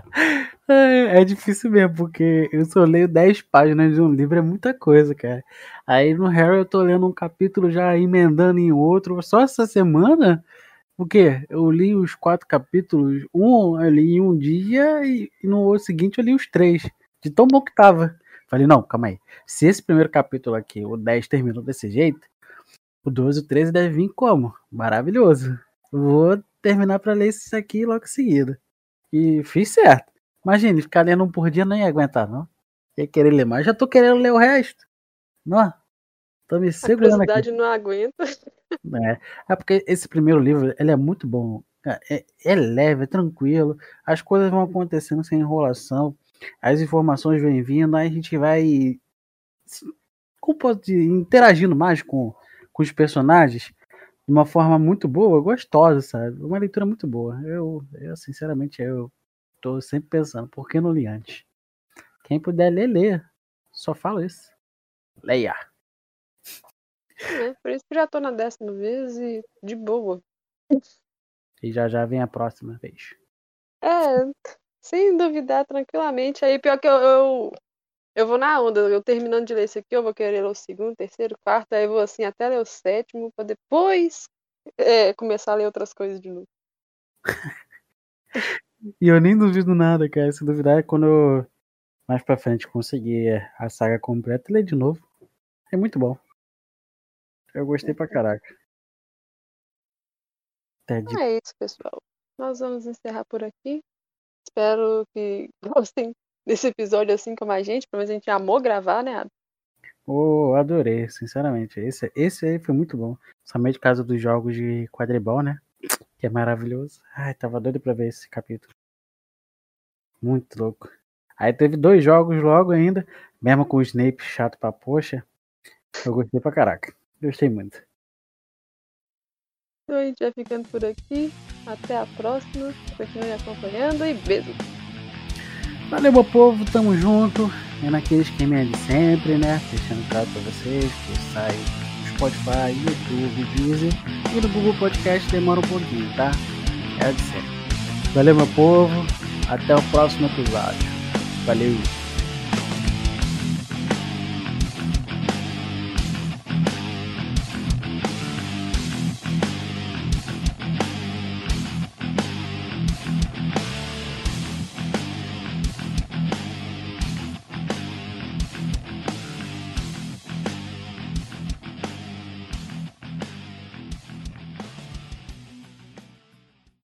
É difícil mesmo, porque eu só leio 10 páginas de um livro, é muita coisa, cara. Aí no Harry eu tô lendo um capítulo já emendando em outro. Só essa semana, o quê? Eu li os 4 capítulos, um eu li em um dia e no outro seguinte eu li os 3. De tão bom que tava. Falei, não, calma aí. Se esse primeiro capítulo aqui, o 10 terminou desse jeito, o 12 e o 13 deve vir como? Maravilhoso. Vou terminar pra ler isso aqui logo em seguida. E fiz certo. Imagine, ficar lendo um por dia não ia aguentar, não. Ia querer ler mais. Já tô querendo ler o resto. Não, tô me A segurando aqui. curiosidade não aguenta. É porque esse primeiro livro, ele é muito bom. É leve, é tranquilo. As coisas vão acontecendo sem enrolação. As informações vêm vindo, aí a gente vai como posso dizer, interagindo mais com os personagens de uma forma muito boa, gostosa, sabe? Uma leitura muito boa. Sinceramente, eu tô sempre pensando, por que não li antes? Quem puder ler, lê. Só falo isso. Leia. Por isso que já tô na 10ª vez e de boa. E já vem a próxima vez. É, sem duvidar, tranquilamente. Aí pior que eu vou na onda. Eu terminando de ler esse aqui, eu vou querer ler o segundo, terceiro, quarto, aí eu vou assim até ler o sétimo, pra depois começar a ler outras coisas de novo. E eu nem duvido nada, cara. Se duvidar é quando eu mais pra frente conseguir a saga completa e ler de novo. É muito bom. Eu gostei pra caraca. Até de... É isso, pessoal. Nós vamos encerrar por aqui. Espero que gostem desse episódio assim como a gente. Pelo menos a gente amou gravar, né? Oh, adorei, sinceramente. Esse aí foi muito bom. Somente por causa dos jogos de quadribol, né? Que é maravilhoso. Ai, tava doido pra ver esse capítulo. Muito louco. Aí teve 2 jogos logo ainda, mesmo com o Snape chato pra poxa. Eu gostei pra caraca. Gostei muito. Então a gente vai ficando por aqui. Até a próxima. Continue acompanhando e beijo. Valeu, meu povo. Tamo junto. É naquele esqueminha de sempre, né? Deixando claro pra vocês que sai no Spotify, YouTube, Deezer e no Google Podcast demora um pouquinho, tá? É de sempre. Valeu, meu povo. Até o próximo episódio. Valeu.